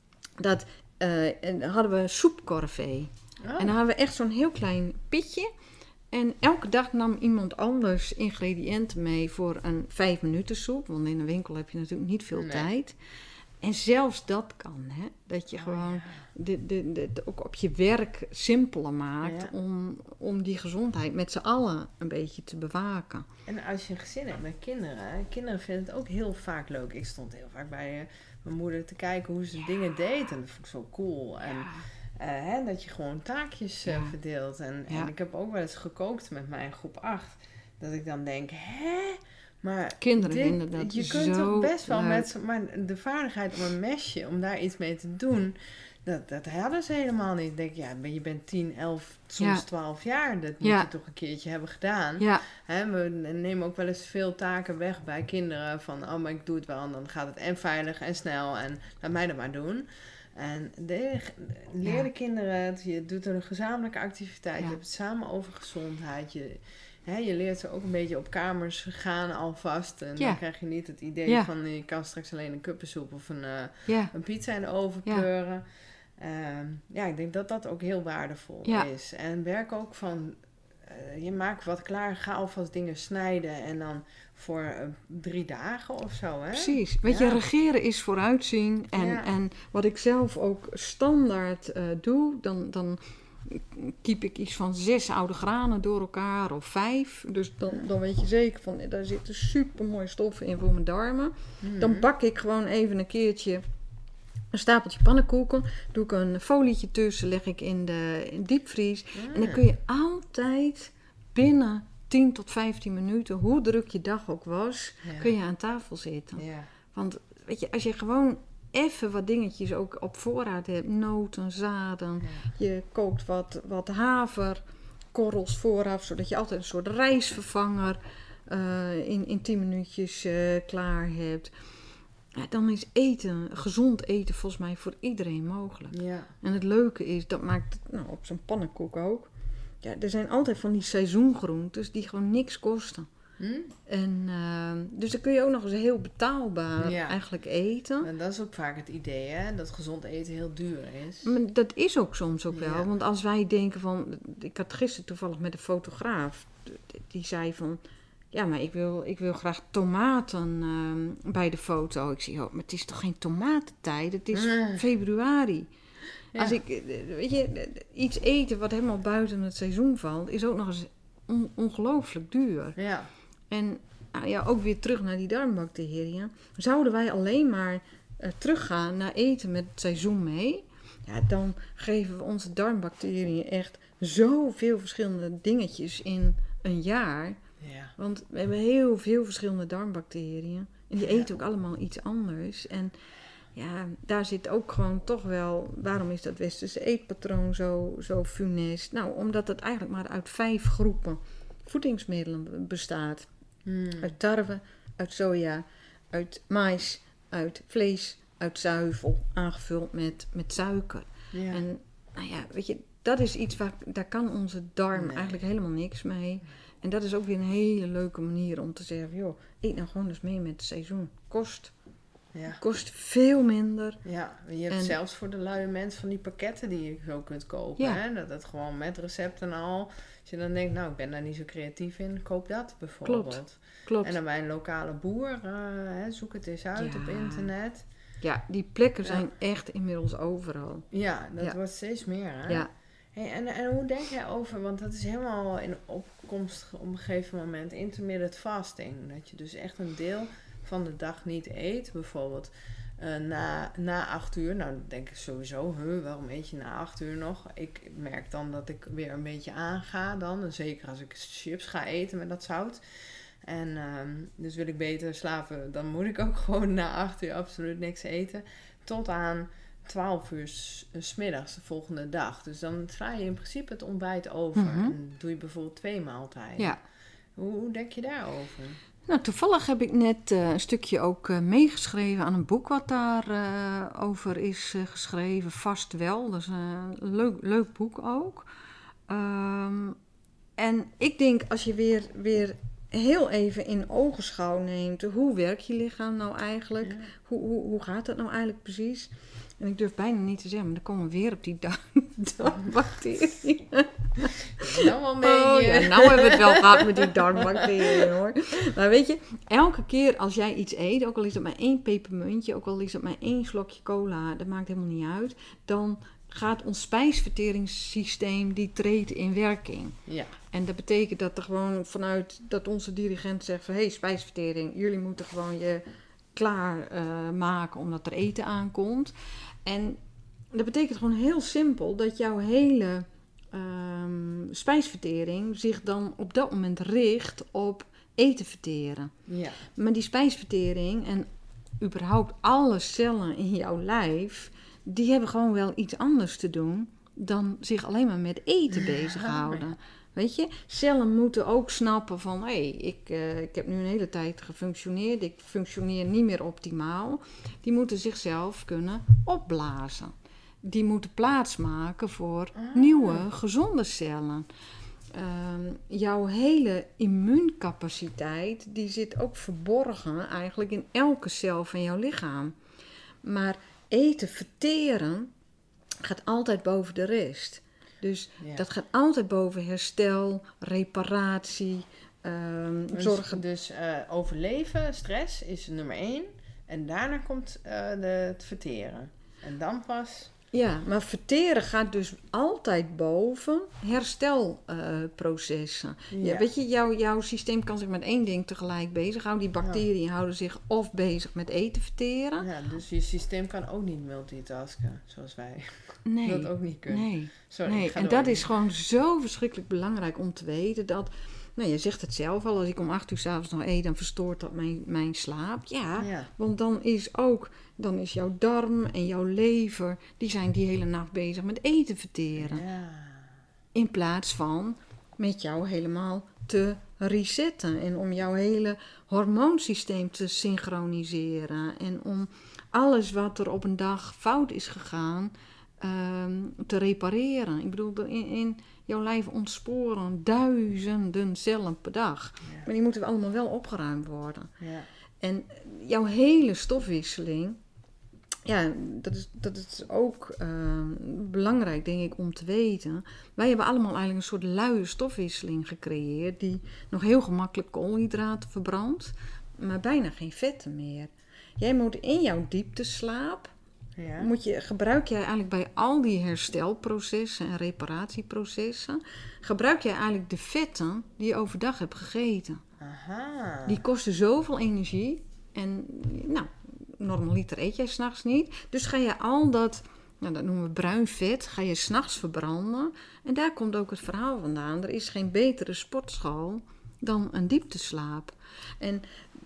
dat eh, en dan hadden we soepcorvée. Oh. En dan hadden we echt zo'n heel klein pitje. En elke dag nam iemand anders ingrediënten mee voor een vijf minuten soep. Want in een winkel heb je natuurlijk niet veel Nee. tijd. En zelfs dat kan, hè. Dat je Oh, gewoon ja. de, de, de, de- ook op je werk simpeler maakt. Ja. Om, om die gezondheid met z'n allen een beetje te bewaken. En als je een gezin hebt met kinderen, kinderen vinden het ook heel vaak leuk. Ik stond heel vaak bij eh, mijn moeder te kijken hoe ze dingen deed. En dat vond ik zo cool. En eh, hè, dat je gewoon taakjes eh, Ja. verdeelt. En, Ja. en ik heb ook wel eens gekookt met mijn groep acht. Dat ik dan denk, hè? Maar Kinderen dit- vinden dat je kunt zo toch best wel leuk. met z'n- maar de vaardigheid om een mesje, om daar iets mee te doen, dat, dat hadden ze helemaal niet. Ik denk, ja, je bent tien, elf, soms Ja. twaalf jaar. Dat moet Ja. je toch een keertje hebben gedaan. Ja, Hè, we nemen ook wel eens veel taken weg bij kinderen. Van, oh, maar ik doe het wel. En dan gaat het en veilig en snel. En laat mij dat maar doen. En de, leer de Ja. kinderen het. Je doet een gezamenlijke activiteit. Ja. Je hebt het samen over gezondheid. Je, hè, je leert ze ook een beetje op kamers gaan alvast. En Ja. dan krijg je niet het idee Ja. van... je kan straks alleen een kuppensoep of een, eh, ja, een pizza in de oven Ja. pleuren. Ehm, ja, ik denk dat dat ook heel waardevol Ja. is. En werk ook van... eh, je maakt wat klaar, ga alvast dingen snijden en dan voor eh, drie dagen of zo, hè? precies. Weet Ja. je, regeren is vooruitzien. En, Ja. en wat ik zelf ook standaard eh, doe, dan, dan kiep ik iets van zes oude granen door elkaar of vijf. Dus dan, dan weet je zeker van, eh, daar zitten super mooie stoffen in voor mijn darmen. Mhm. Dan bak ik gewoon even een keertje een stapeltje pannenkoeken. Doe ik een folietje tussen, leg ik in de in diepvries. En dan kun je altijd binnen tien tot vijftien minuten, hoe druk je dag ook was, Ja. kun je aan tafel zitten. Ja. Want weet je, als je gewoon even wat dingetjes ook op voorraad hebt, noten, zaden, Ja. je kookt wat, wat haverkorrels vooraf, zodat je altijd een soort rijstvervanger eh, in, in tien minuutjes eh, klaar hebt. Ja, dan is eten, gezond eten volgens mij voor iedereen mogelijk. Ja. En het leuke is, dat maakt het nou, op zo'n pannenkoek ook. Ja, er zijn altijd van die seizoengroentes die gewoon niks kosten. Hm? En, eh, dus dan kun je ook nog eens heel betaalbaar Ja. eigenlijk eten. En dat is ook vaak het idee, hè? Dat gezond eten heel duur is. Maar dat is ook soms ook wel. Ja. Want als wij denken van... Ik had gisteren toevallig met een fotograaf. Die zei van... Ja, maar ik wil, ik wil graag tomaten ehm, bij de foto. Ik zei, oh, maar het is toch geen tomatentijd? Het is Nee. februari. Ja. Als ik, eh, weet je, iets eten wat helemaal buiten het seizoen valt... is ook nog eens on- ongelooflijk duur. Ja. En nou ja, ook weer terug naar die darmbacteriën. Zouden wij alleen maar uh, teruggaan naar eten met het seizoen mee, ja, dan geven we onze darmbacteriën echt zoveel verschillende dingetjes in een jaar. Ja. Want we hebben heel veel verschillende darmbacteriën. En die Ja. eten ook allemaal iets anders. En ja, daar zit ook gewoon toch wel... Waarom is dat westerse eetpatroon zo, zo funest? Nou, omdat het eigenlijk maar uit vijf groepen voedingsmiddelen bestaat. Hmm. Uit tarwe, uit soja, uit mais, uit vlees, uit zuivel. Aangevuld met, met suiker. Ja. En nou ja, weet je, dat is iets waar... Daar kan onze darm Nee. eigenlijk helemaal niks mee. En dat is ook weer een hele leuke manier om te zeggen... joh, eet nou gewoon eens mee met het seizoen. Kost, Ja. kost veel minder. Ja, je hebt En- zelfs voor de luie mensen van die pakketten die je zo kunt kopen. Ja. Hè? Dat het gewoon met recepten en al. Als je dan denkt, nou, ik ben daar niet zo creatief in, koop dat bijvoorbeeld. Klopt. En dan bij een lokale boer, uh, hè, zoek het eens uit Ja. op internet. Ja, die plekken Ja. zijn echt inmiddels overal. Ja, dat Ja. wordt steeds meer. Hè? Ja, Hey, en, en hoe denk jij over, want dat is helemaal in opkomst op een gegeven moment, intermittent fasting. Dat je dus echt een deel van de dag niet eet, bijvoorbeeld uh, na, na acht uur. Nou, dan denk ik sowieso, huh, waarom eet je na acht uur nog? Ik merk dan dat ik weer een beetje aanga dan. En zeker als ik chips ga eten met dat zout. En um, dus wil ik beter slapen, dan moet ik ook gewoon na acht uur absoluut niks eten. Tot aan twaalf uur 's, 's middags de volgende dag. Dus dan sla je in principe het ontbijt over. Mhm. En doe je bijvoorbeeld twee maaltijden. ja. Hoe, hoe denk je daarover? Nou, toevallig heb ik net uh, een stukje ook uh, meegeschreven aan een boek wat daarover uh, over is uh, geschreven. Vast wel, dat is een leuk, leuk boek ook. Um, en ik denk als je weer, weer heel even in ogenschouw neemt, hoe werkt je lichaam nou eigenlijk? Ja. Hoe, hoe, hoe gaat dat nou eigenlijk precies? En ik durf bijna niet te zeggen, maar dan komen we weer op die darmbacteriën. Nou wel mee. Oh ja, nou hebben we het wel gehad met die darmbacteriën hoor. Maar weet je, elke keer als jij iets eet, ook al is dat maar één pepermuntje, ook al is dat maar één slokje cola, dat maakt helemaal niet uit, dan gaat ons spijsverteringssysteem, die treedt in werking. Ja. En dat betekent dat er gewoon vanuit, dat onze dirigent zegt van, hé, hey, spijsvertering, jullie moeten gewoon je klaar uh, maken omdat er eten aankomt. En dat betekent gewoon heel simpel dat jouw hele um, spijsvertering zich dan op dat moment richt op eten verteren. Ja. Maar die spijsvertering en überhaupt alle cellen in jouw lijf, die hebben gewoon wel iets anders te doen dan zich alleen maar met eten bezighouden. Weet je, cellen moeten ook snappen van, hé, hey, ik, uh, ik heb nu een hele tijd gefunctioneerd, ik functioneer niet meer optimaal. Die moeten zichzelf kunnen opblazen. Die moeten plaatsmaken voor Ah. nieuwe, gezonde cellen. Uh, jouw hele immuuncapaciteit, die zit ook verborgen eigenlijk in elke cel van jouw lichaam. Maar eten, verteren, gaat altijd boven de rest. Dus Ja. dat gaat altijd boven herstel, reparatie, um, Dus, zorgen. dus uh, overleven, stress is nummer één. En daarna komt uh, de, het verteren. En dan pas... Ja, maar verteren gaat dus altijd boven herstelprocessen. Uh, ja. Ja, weet je, jouw, jouw systeem kan zich met één ding tegelijk bezighouden. Die bacteriën ja. houden zich of bezig met eten verteren. Ja, dus je systeem kan ook niet multitasken, zoals wij. Nee. Dat ook niet kunnen. Nee. Sorry, nee. ik ga En door. dat is gewoon zo verschrikkelijk belangrijk om te weten dat... Nou, je zegt het zelf al, als ik om acht uur 's avonds nog eet, dan verstoort dat mijn, mijn slaap. Ja, Ja. want dan is ook, dan is jouw darm en jouw lever, die zijn die hele nacht bezig met eten verteren. Ja. In plaats van met jou helemaal te resetten en om jouw hele hormoonsysteem te synchroniseren. En om alles wat er op een dag fout is gegaan, um, te repareren. Ik bedoel, in... in jouw lijf ontsporen duizenden cellen per dag. Ja. Maar die moeten allemaal wel opgeruimd worden. Ja. En jouw hele stofwisseling, ja, dat is, dat is ook uh, belangrijk, denk ik, om te weten. Wij hebben allemaal eigenlijk een soort luie stofwisseling gecreëerd, die nog heel gemakkelijk koolhydraten verbrandt, maar bijna geen vetten meer. Jij moet in jouw diepteslaap, Ja. Moet je, gebruik jij eigenlijk bij al die herstelprocessen en reparatieprocessen, gebruik jij eigenlijk de vetten die je overdag hebt gegeten. Aha. Die kosten zoveel energie. En nou, normaliter eet jij 's nachts niet. Dus ga je al dat, nou, dat noemen we bruin vet, ga je 's nachts verbranden. En daar komt ook het verhaal vandaan. Er is geen betere sportschool dan een diepteslaap. En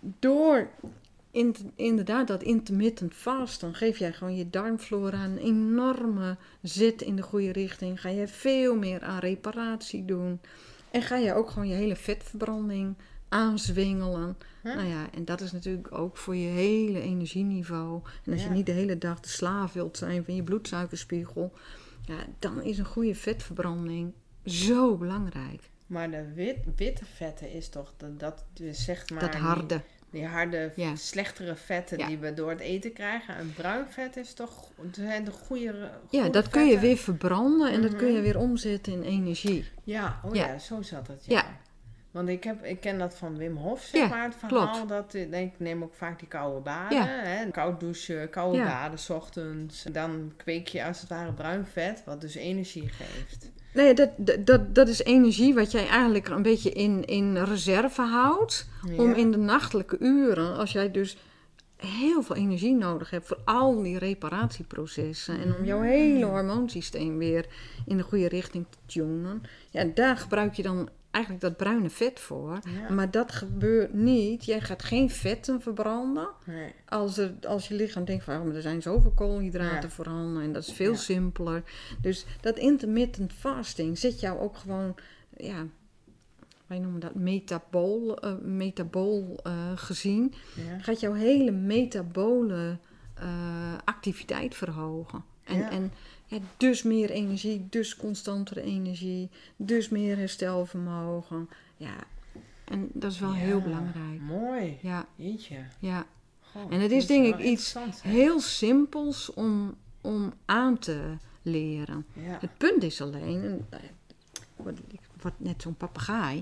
door in, inderdaad dat intermittent fasten geef jij gewoon je darmflora een enorme zet in de goede richting. Ga je veel meer aan reparatie doen. En ga je ook gewoon je hele vetverbranding aanzwengelen. Huh? Nou ja, en dat is natuurlijk ook voor je hele energieniveau. En als Ja. je niet de hele dag de slaaf wilt zijn van je bloedsuikerspiegel, ja, dan is een goede vetverbranding zo belangrijk. Maar de wit, witte vetten is toch, dat, dat dus zeg maar... Dat harde. Die, die harde, Ja. slechtere vetten Ja. die we door het eten krijgen. En bruin vet is toch, zijn de goede, Ja, goede dat kun je vetten. weer verbranden en dat kun je Mhm. weer omzetten in energie. Ja, oh Ja. ja, zo zat het. Ja. Ja. Want ik, heb, ik ken dat van Wim Hof, zeg Ja, maar, het verhaal. klopt. Dat, eh, ik neem ook vaak die koude baden. Ja. Hè, koud douchen, koude Ja. baden, 's ochtends. Dan kweek je als het ware bruin vet, wat dus energie geeft. Nee, dat, dat, dat is energie wat jij eigenlijk een beetje in, in reserve houdt. Ja. Om in de nachtelijke uren, als jij dus heel veel energie nodig hebt voor al die reparatieprocessen. En om jouw hele hormoonsysteem weer in de goede richting te tunen. Ja, daar gebruik je dan eigenlijk dat bruine vet voor. Ja. Maar dat gebeurt niet. Jij gaat geen vetten verbranden. Nee. Als, er, als je lichaam denkt van, oh, maar er zijn zoveel koolhydraten Ja. voorhanden en dat is veel Ja. simpeler. Dus dat intermittent fasting zet jou ook gewoon, ja, wij noemen dat metabool, uh, metabool uh, gezien. Ja. Gaat jouw hele metabole uh, activiteit verhogen. En, Ja. en ja, dus meer energie, dus constantere energie, dus meer herstelvermogen. Ja, en dat is wel Ja, heel belangrijk. Mooi. Ja, Jeetje. ja. Goh, En het dat is denk wel ik iets interessant, hè? heel simpels om, om aan te leren. Ja. Het punt is alleen, en, nou ja, ik word, ik word net zo'n papegaai.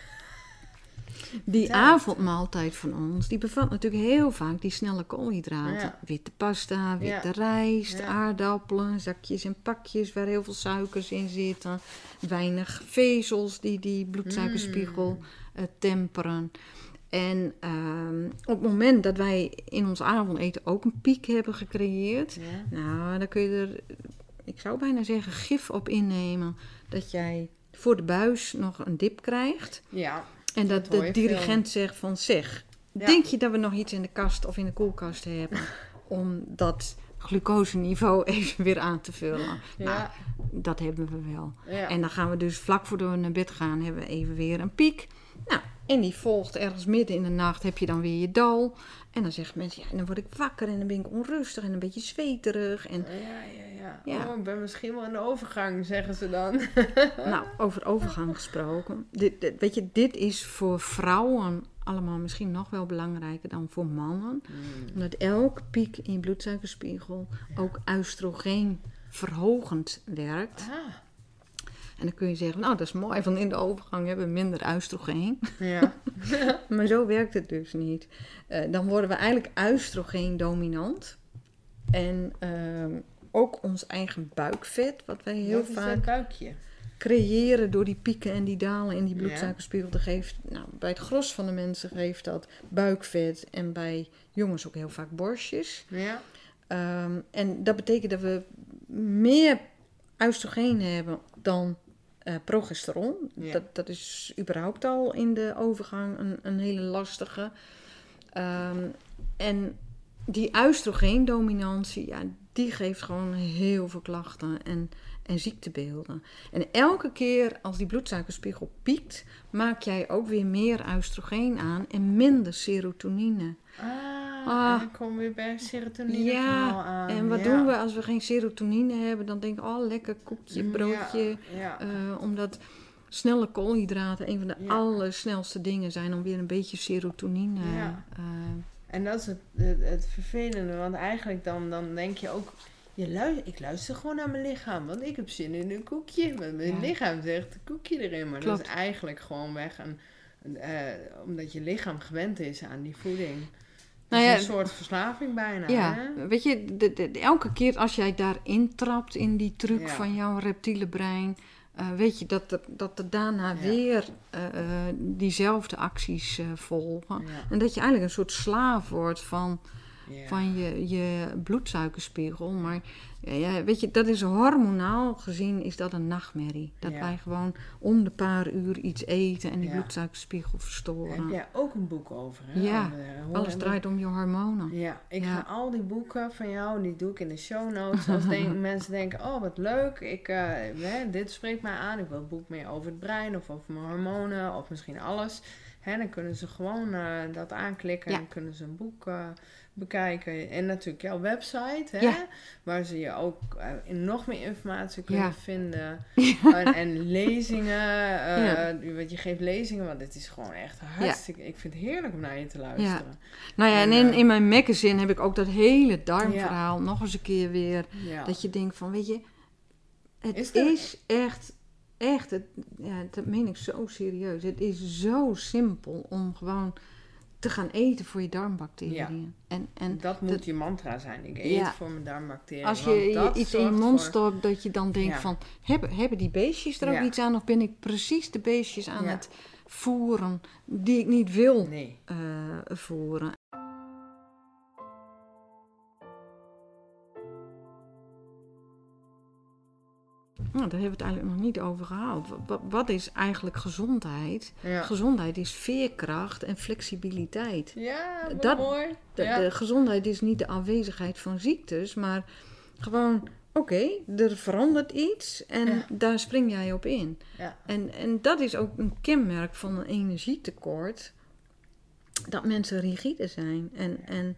Die Vertel. avondmaaltijd van ons, die bevat natuurlijk heel vaak die snelle koolhydraten. Ja. Witte pasta, witte Ja. rijst, Ja. aardappelen, zakjes en pakjes waar heel veel suikers in zitten. Weinig vezels die die bloedsuikerspiegel Mm. eh, temperen. En ehm, op het moment dat wij in ons avondeten ook een piek hebben gecreëerd, Ja. nou, dan kun je er, ik zou bijna zeggen, gif op innemen dat jij voor de buis nog een dip krijgt. Ja. En Dat dat hoor de je dirigent zegt van, zeg, Ja. denk je dat we nog iets in de kast of in de koelkast hebben om dat glucoseniveau even weer aan te vullen? Nou, Ja. dat hebben we wel. Ja. En dan gaan we dus vlak voordat we naar bed gaan, hebben we even weer een piek. Nou, en die volgt ergens midden in de nacht, heb je dan weer je dal. En dan zeggen mensen, ja, en dan word ik wakker en dan ben ik onrustig en een beetje zweterig. En Ja, ja, ja. Ja. Oh, ik ben misschien wel in de overgang, zeggen ze dan. nou, over overgang gesproken. Dit, dit- weet je, dit is voor vrouwen allemaal misschien nog wel belangrijker dan voor mannen. Omdat elke piek in je bloedsuikerspiegel ook oestrogeen verhogend werkt. Ah, En dan kun je zeggen, nou dat is mooi, van in de overgang hebben we minder oestrogeen. ja. Maar zo werkt het dus niet. Eh, dan worden we eigenlijk oestrogeen dominant. En ehm, ook ons eigen buikvet, wat wij heel Wat is vaak dat buikje? creëren door die pieken en die dalen in die bloedsuikerspiegel. Dat geeft, nou, bij het gros van de mensen geeft dat buikvet en bij jongens ook heel vaak borstjes. Ja. Ehm, en dat betekent dat we meer oestrogeen hebben dan eh, progesteron. Ja. Dat, dat is überhaupt al in de overgang een, een hele lastige. Ehm, en die oestrogeendominantie, ja, die geeft gewoon heel veel klachten en, en ziektebeelden. En elke keer als die bloedsuikerspiegel piekt, maak jij ook weer meer oestrogeen aan en minder serotonine. Ah, Ah. en dan komen we weer bij serotonine Ja, verhaal aan. en wat ja. doen we als we geen serotonine hebben? Dan denken we, oh, lekker koekje, broodje. Ja, ja. Eh, omdat snelle koolhydraten een van de Ja. allersnelste dingen zijn om weer een beetje serotonine. Ja. eh, En dat is het, het, het vervelende, want eigenlijk dan, dan denk je ook, je luister, ik luister gewoon naar mijn lichaam, want ik heb zin in een koekje. Want mijn Ja. lichaam zegt een koekje erin, maar dat Klopt. is eigenlijk gewoon weg, een, een, eh, omdat je lichaam gewend is aan die voeding. Nou Het ja, is een soort verslaving bijna. ja, Hè? weet je, de, de- de- elke keer als jij daarin trapt in die truc Ja. van jouw reptiele brein, Uh, weet je, dat er, dat er daarna ja. weer uh, uh, diezelfde acties uh, volgen. Ja. En dat je eigenlijk een soort slaaf wordt van, ja. van je, je bloedsuikerspiegel. Maar ja, weet je, dat is hormonaal gezien is dat een nachtmerrie. Dat ja. wij gewoon om de paar uur iets eten en die ja. bloedsuikerspiegel verstoren. Daar heb jij ook een boek over, hè? Ja, uh, alles draait om je hormonen. Ja, ik ja. ga al die boeken van jou, die doe ik in de show notes. Als denk, mensen denken, oh wat leuk, ik, uh, hè, dit spreekt mij aan. Ik wil een boek meer over het brein of over mijn hormonen of misschien alles. Hè, dan kunnen ze gewoon uh, dat aanklikken ja. en kunnen ze een boek uh, bekijken. En natuurlijk jouw website, hè, ja. waar ze je ook uh, in nog meer informatie kunnen ja. vinden. Ja. En, en lezingen, uh, ja. want je geeft lezingen, want dit is gewoon echt hartstikke... Ja. Ik vind het heerlijk om naar je te luisteren. Ja. Nou ja, en, en in, in mijn magazine heb ik ook dat hele darmverhaal ja. nog eens een keer weer. Ja. Dat je denkt van, weet je, het is, is echt... Echt, het, ja, dat meen ik zo serieus. Het is zo simpel om gewoon te gaan eten voor je darmbacteriën. Ja. En, en dat moet dat, je mantra zijn. Ik eet ja. voor mijn darmbacteriën. Als je, je iets in je mond voor... stopt, dat je dan denkt ja. van... Hebben, hebben die beestjes er ook ja. iets aan? Of ben ik precies de beestjes aan ja. het voeren die ik niet wil nee. uh, voeren? Nou, daar hebben we het eigenlijk nog niet over gehad. Wat, wat is eigenlijk gezondheid? Ja. Gezondheid is veerkracht en flexibiliteit. Ja, dat, mooi. De, ja. de gezondheid is niet de aanwezigheid van ziektes, maar gewoon, oké, okay, er verandert iets en ja. daar spring jij op in. Ja. En, en dat is ook een kenmerk van een energietekort, dat mensen rigide zijn en, en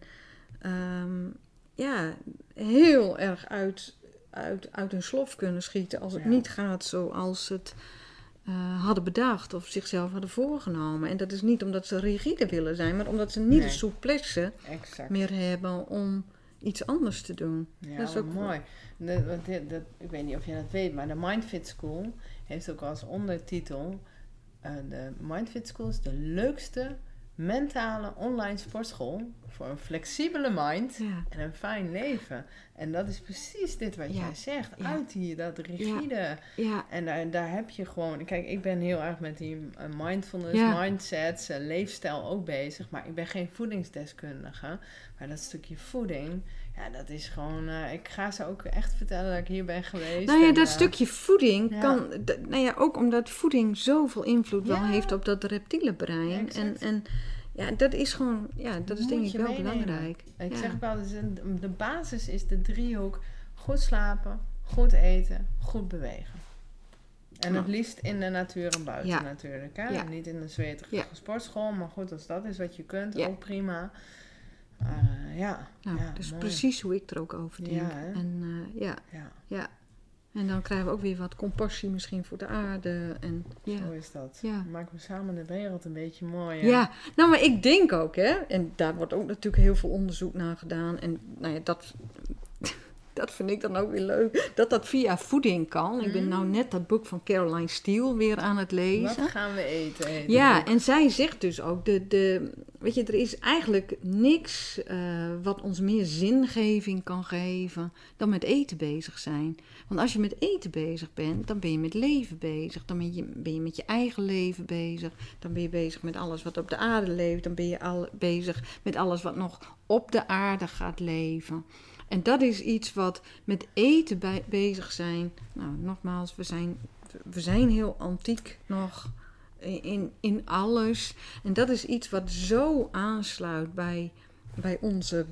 um, ja, heel erg uit... Uit, uit hun slof kunnen schieten als het ja. niet gaat zoals ze het uh, hadden bedacht of zichzelf hadden voorgenomen. En dat is niet omdat ze rigide willen zijn, maar omdat ze niet nee. de souplesse exact. meer hebben om iets anders te doen. Ja, dat is ook mooi. De, de, de, ik weet niet of je dat weet, maar de Mindfit School heeft ook als ondertitel... Uh, de Mindfit School is de leukste mentale online sportschool voor een flexibele mind ja. en een fijn leven. En dat is precies dit wat ja. jij zegt. Ja. Uit hier, dat rigide. Ja. Ja. En daar, daar heb je gewoon... Kijk, ik ben heel erg met die uh, mindfulness, ja. mindsets, uh, leefstijl ook bezig. Maar ik ben geen voedingsdeskundige. Maar dat stukje voeding... Ja, dat is gewoon... Uh, ik ga ze ook echt vertellen dat ik hier ben geweest. Nou ja, en, dat uh, stukje voeding ja. kan... D- nou ja, ook omdat voeding zoveel invloed ja. wel heeft op dat reptiele brein. Ja, en, en ja, dat is gewoon... Ja, dat is denk ik wel meenemen. belangrijk. Ik ja. zeg wel, de basis is de driehoek. Goed slapen, goed eten, goed bewegen. En het liefst in de natuur en buiten ja. natuurlijk. Hè? Ja. Niet in de zweterige ja. sportschool. Maar goed, als dat is wat je kunt, ja. ook prima. Uh, ja, nou, ja, dat is mooi. precies hoe ik er ook over denk. Ja, en uh, ja. Ja. ja. En dan krijgen we ook weer wat compassie misschien voor de aarde. En, ja. Zo is dat. Ja. Maken we samen de wereld een beetje mooier. Ja, nou maar ik denk ook, hè. En daar wordt ook natuurlijk heel veel onderzoek naar gedaan. En nou ja, dat... Dat vind ik dan ook weer leuk, dat dat via voeding kan. Mm. Ik ben nou net dat boek van Caroline Steele weer aan het lezen. Wat gaan we eten? Ja, en zij zegt dus ook, de, de, weet je, er is eigenlijk niks uh, wat ons meer zingeving kan geven dan met eten bezig zijn. Want als je met eten bezig bent, dan ben je met leven bezig. Dan ben je, ben je met je eigen leven bezig. Dan ben je bezig met alles wat op de aarde leeft. Dan ben je al bezig met alles wat nog op de aarde gaat leven. En dat is iets wat met eten bij, bezig zijn. Nou, nogmaals, we zijn, we zijn heel antiek nog in, in alles. En dat is iets wat zo aansluit bij, bij onze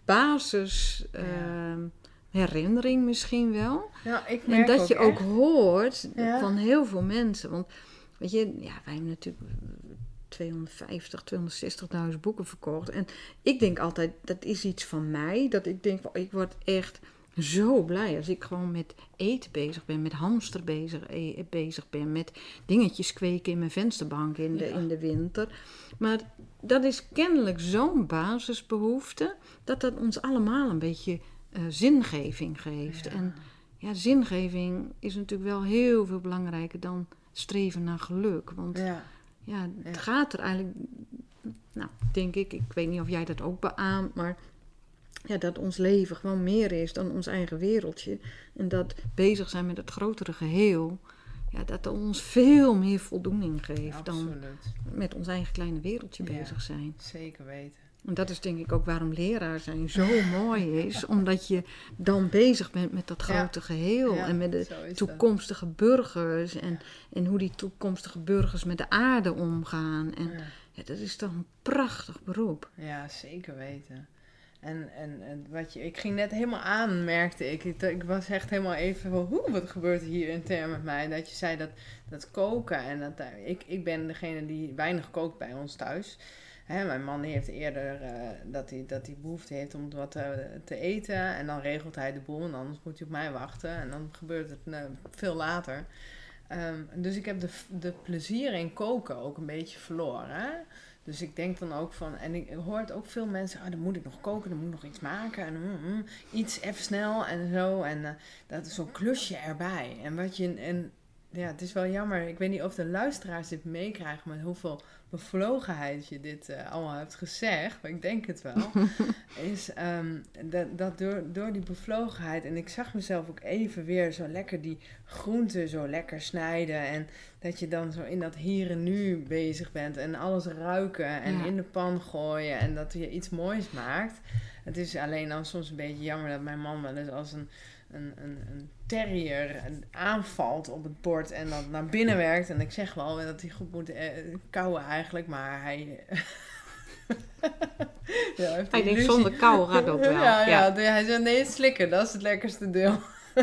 basis uh, ja. herinnering misschien wel. Ja, ik merk en dat ook je echt. ook hoort ja. van heel veel mensen. Want weet je, ja, wij hebben natuurlijk... tweehonderdvijftig, tweehonderdzestigduizend boeken verkocht. En ik denk altijd, dat is iets van mij. Dat ik denk, ik word echt zo blij als ik gewoon met eten bezig ben. Met hamster bezig, e- bezig ben. Met dingetjes kweken in mijn vensterbank in de, ja. in de winter. Maar dat is kennelijk zo'n basisbehoefte. Dat dat ons allemaal een beetje uh, zingeving geeft. Ja. En ja, zingeving is natuurlijk wel heel veel belangrijker dan streven naar geluk. Want... Ja. Ja, het ja. gaat er eigenlijk, nou, denk ik, ik weet niet of jij dat ook beaamt, maar ja, dat ons leven gewoon meer is dan ons eigen wereldje. En dat bezig zijn met het grotere geheel, ja, dat ons veel meer voldoening geeft dan Absoluut. met ons eigen kleine wereldje Ja. bezig zijn. Zeker weten. En dat is denk ik ook waarom leraar zijn zo mooi is. Omdat je dan bezig bent met dat grote Ja. geheel. Ja, En met de zo is toekomstige burgers. En, en hoe die toekomstige burgers met de aarde omgaan. En dat. Ja. ja, dat is toch een prachtig beroep. Ja, zeker weten. En, en, en wat je, ik ging net helemaal aan, merkte ik. ik. Ik was echt helemaal even van, hoe, wat gebeurt er hier intern met mij? Dat je zei dat, dat koken en dat, eh, ik, ik ben degene die weinig kookt bij ons thuis. Hè, mijn man die heeft eerder uh, dat hij dat hij behoefte heeft om wat te, te eten. En dan regelt hij de boel en anders moet hij op mij wachten. En dan gebeurt het uh, veel later. Um, dus ik heb de, de plezier in koken ook een beetje verloren. Hè? Dus ik denk dan ook van... En ik hoor het ook veel mensen... Ah, dan moet ik nog koken, dan moet ik nog iets maken. En mm, mm, iets even snel en zo. En uh, dat is zo'n klusje erbij. En wat je... En, ja, het is wel jammer. Ik weet niet of de luisteraars dit meekrijgen... met hoeveel bevlogenheid je dit uh, allemaal hebt gezegd. Maar ik denk het wel. is um, dat, dat door, door die bevlogenheid... En ik zag mezelf ook even weer zo lekker die groenten zo lekker snijden. En dat je dan zo in dat hier en nu bezig bent. En alles ruiken en Ja. in de pan gooien. En dat je iets moois maakt. Het is alleen dan soms een beetje jammer dat mijn man wel eens als een... Een, een, een terrier aanvalt op het bord en dan naar binnen werkt. En ik zeg wel dat hij goed moet eh, kauwen eigenlijk, maar hij... ja, hij Hij denkt, zonder kou gaat ook wel. Ja, ja. Ja. De, hij zei, nee, slikken, dat is het lekkerste deel.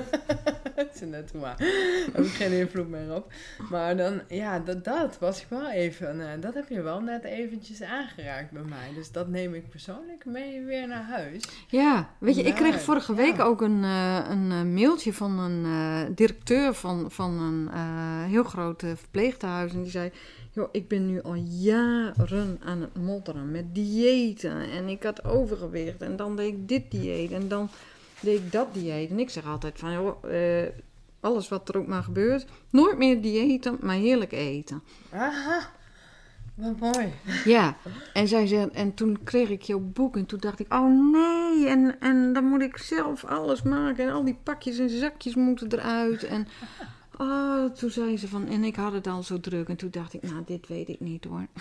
Ze net maar. Daar heb ik geen invloed meer op. Maar dan, ja, dat, dat was ik wel even... Uh, dat heb je wel net eventjes aangeraakt bij mij. Dus dat neem ik persoonlijk mee weer naar huis. Ja, weet je, ik kreeg Ja, vorige ja. week ook een, uh, een uh, mailtje van een uh, directeur van, van een uh, heel groot uh, verpleeghuis. En die zei, joh, ik ben nu al jaren aan het modderen met diëten. En ik had overgewicht en dan deed ik dit dieet en dan deed ik dat dieet. En ik zeg altijd van, joh, uh, alles wat er ook maar gebeurt, nooit meer diëten, maar heerlijk eten. Aha, wat mooi. Ja, en zij zei, en toen kreeg ik jouw boek en toen dacht ik, oh nee, en, en dan moet ik zelf alles maken en al die pakjes en zakjes moeten eruit. En oh, toen zei ze van, en ik had het al zo druk en toen dacht ik, nou, dit weet ik niet hoor.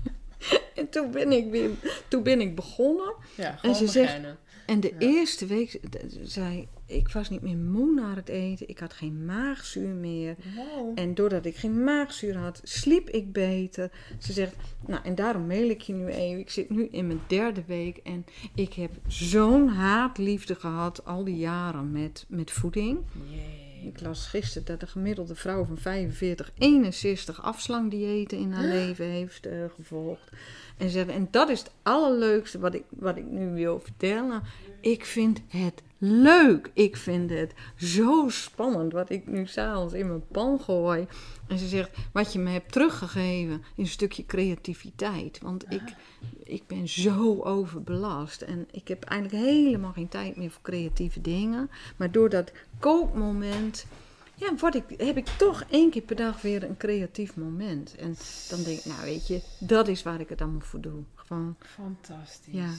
En toen ben ik weer, toen ben ik begonnen. Ja, gewoon En ze zegt, beginnen. en de Ja. eerste week zei ik was niet meer moe naar het eten, ik had geen maagzuur meer. Wow. En doordat ik geen maagzuur had, sliep ik beter. Ze zegt, nou en daarom mail ik je nu even. Ik zit nu in mijn derde week en ik heb zo'n haatliefde gehad al die jaren met, met voeding. Jee. Ik las gisteren dat de gemiddelde vrouw van vijfenveertig, eenenzestig afslankdiëten in haar leven heeft uh, gevolgd. En, ze zeggen, en dat is het allerleukste wat ik, wat ik nu wil vertellen. Ik vind het leuk. Ik vind het zo spannend wat ik nu s'avonds in mijn pan gooi. En ze zegt, wat je me hebt teruggegeven is een stukje creativiteit. Want ik, ik ben zo overbelast. En ik heb eigenlijk helemaal geen tijd meer voor creatieve dingen. Maar door dat kookmoment... Ja, word ik, heb ik toch één keer per dag weer een creatief moment. En dan denk ik, nou weet je, dat is waar ik het allemaal voor doe. Gewoon, Fantastisch. Ja.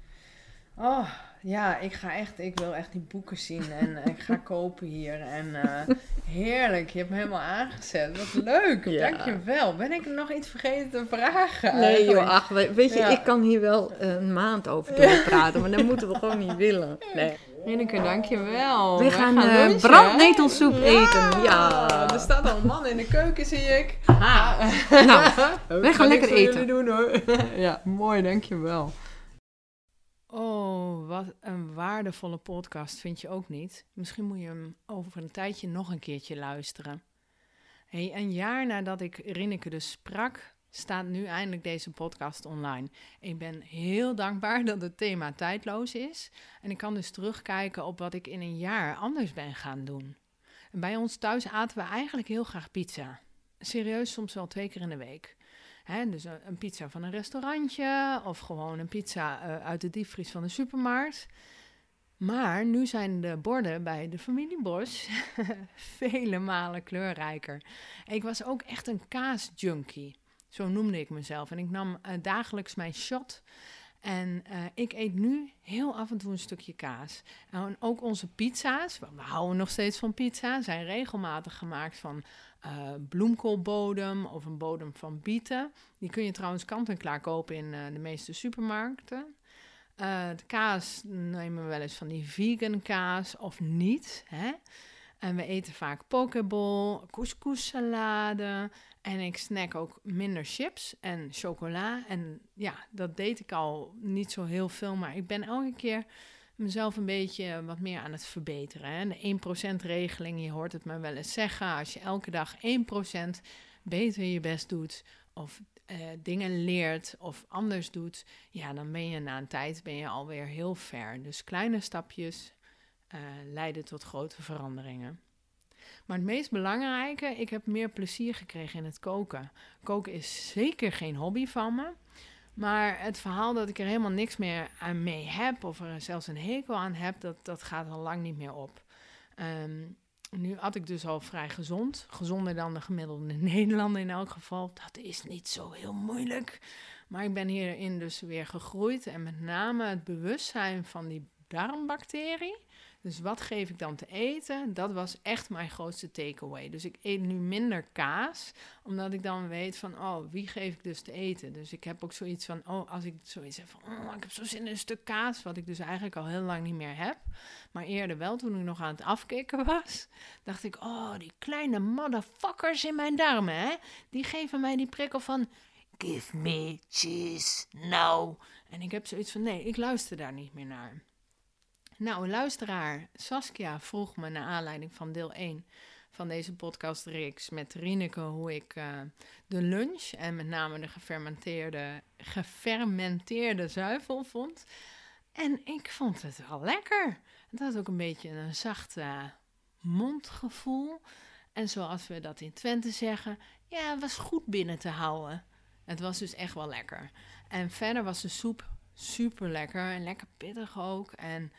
Oh, ja, ik ga echt, ik wil echt die boeken zien en ik ga kopen hier. En uh, heerlijk, je hebt me helemaal aangezet. Wat leuk, Ja. dankjewel. Ben ik nog iets vergeten te vragen? nee eigenlijk? joh, ach, we- weet je, Ja. ik kan hier wel een maand over doorpraten, maar dat moeten we gewoon niet willen. Nee. Rieneke, dankjewel. We Wij gaan, eh, lunchen, brandnetelsoep hè? eten, ja. Er staat al een man in de keuken, zie ik. Nou, Ik wij ga gaan niks lekker voor eten. jullie doen hoor. Ja, mooi, dankjewel. Oh, wat een waardevolle podcast, vind je ook niet? Misschien moet je hem over een tijdje nog een keertje luisteren. Hey, een jaar nadat ik Rieneke dus sprak, staat nu eindelijk deze podcast online. Ik ben heel dankbaar dat het thema tijdloos is. En ik kan dus terugkijken op wat ik in een jaar anders ben gaan doen. En bij ons thuis aten we eigenlijk heel graag pizza. Serieus, soms wel twee keer in de week. Hè, dus een, een pizza van een restaurantje of gewoon een pizza uh, uit de diepvries van de supermarkt. Maar nu zijn de borden bij de familie Bos vele malen kleurrijker. Ik was ook echt een kaasjunkie, zo noemde ik mezelf. En ik nam uh, dagelijks mijn shot En uh, ik eet nu heel af en toe een stukje kaas. En ook onze pizza's, we houden nog steeds van pizza, zijn regelmatig gemaakt van uh, bloemkoolbodem of een bodem van bieten. Die kun je trouwens kant-en-klaar kopen in uh, de meeste supermarkten. Uh, de kaas nemen we wel eens van die vegan kaas of niet, hè? En we eten vaak pokeball, couscous-salade. En ik snack ook minder chips en chocola. En ja, dat deed ik al niet zo heel veel. Maar ik ben elke keer mezelf een beetje wat meer aan het verbeteren. Hè? De één procent regeling, je hoort het me wel eens zeggen. Als je elke dag één procent beter je best doet of uh, dingen leert of anders doet, ja, dan ben je na een tijd ben je alweer heel ver. Dus kleine stapjes Uh, leiden tot grote veranderingen. Maar het meest belangrijke, ik heb meer plezier gekregen in het koken. Koken is zeker geen hobby van me. Maar het verhaal dat ik er helemaal niks meer aan mee heb, of er zelfs een hekel aan heb, dat, dat gaat al lang niet meer op. Um, nu at ik dus al vrij gezond. Gezonder dan de gemiddelde Nederlander in elk geval. Dat is niet zo heel moeilijk. Maar ik ben hierin dus weer gegroeid. En met name het bewustzijn van die darmbacterie. Dus wat geef ik dan te eten? Dat was echt mijn grootste takeaway. Dus ik eet nu minder kaas, omdat ik dan weet van, oh, wie geef ik dus te eten? Dus ik heb ook zoiets van, oh, als ik zoiets heb van, oh, ik heb zo zin in een stuk kaas, wat ik dus eigenlijk al heel lang niet meer heb. Maar eerder wel, toen ik nog aan het afkicken was, dacht ik, oh, die kleine motherfuckers in mijn darmen, hè? Die geven mij die prikkel van, give me cheese now. En ik heb zoiets van, nee, ik luister daar niet meer naar. Nou, een luisteraar, Saskia, vroeg me naar aanleiding van deel één van deze podcastreeks met Rieneke hoe ik uh, de lunch en met name de gefermenteerde, gefermenteerde zuivel vond. En ik vond het wel lekker. Het had ook een beetje een zacht uh, mondgevoel. En zoals we dat in Twente zeggen, ja, het was goed binnen te houden. Het was dus echt wel lekker. En verder was de soep super lekker en lekker pittig ook. En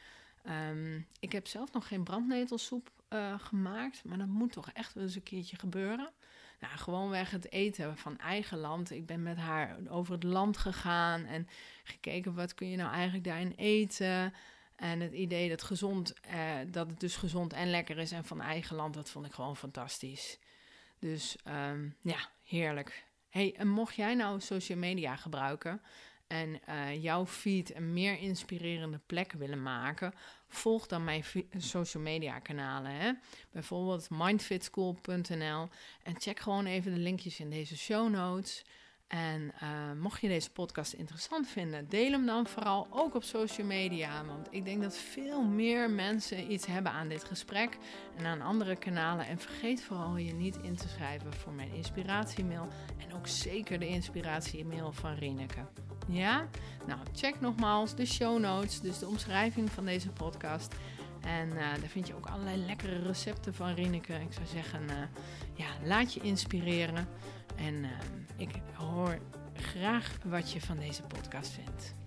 Um, ik heb zelf nog geen brandnetelsoep uh, gemaakt, maar dat moet toch echt wel eens een keertje gebeuren. Nou, gewoonweg het eten van eigen land. Ik ben met haar over het land gegaan en gekeken wat kun je nou eigenlijk daarin eten. En het idee dat, gezond, uh, dat het dus gezond en lekker is en van eigen land, dat vond ik gewoon fantastisch. Dus um, ja, heerlijk. Hey, en mocht jij nou social media gebruiken en uh, jouw feed een meer inspirerende plek willen maken, volg dan mijn v- social media kanalen. Hè? Bijvoorbeeld mindfitschool punt n l en check gewoon even de linkjes in deze show notes. En uh, mocht je deze podcast interessant vinden, deel hem dan vooral ook op social media. Want ik denk dat veel meer mensen iets hebben aan dit gesprek en aan andere kanalen. En vergeet vooral je niet in te schrijven voor mijn inspiratiemail. En ook zeker de inspiratiemail van Rieneke. Ja? Nou, check nogmaals de show notes, dus de omschrijving van deze podcast. En uh, daar vind je ook allerlei lekkere recepten van Rieneke. Ik zou zeggen, uh, ja, laat je inspireren. En uh, ik hoor graag wat je van deze podcast vindt.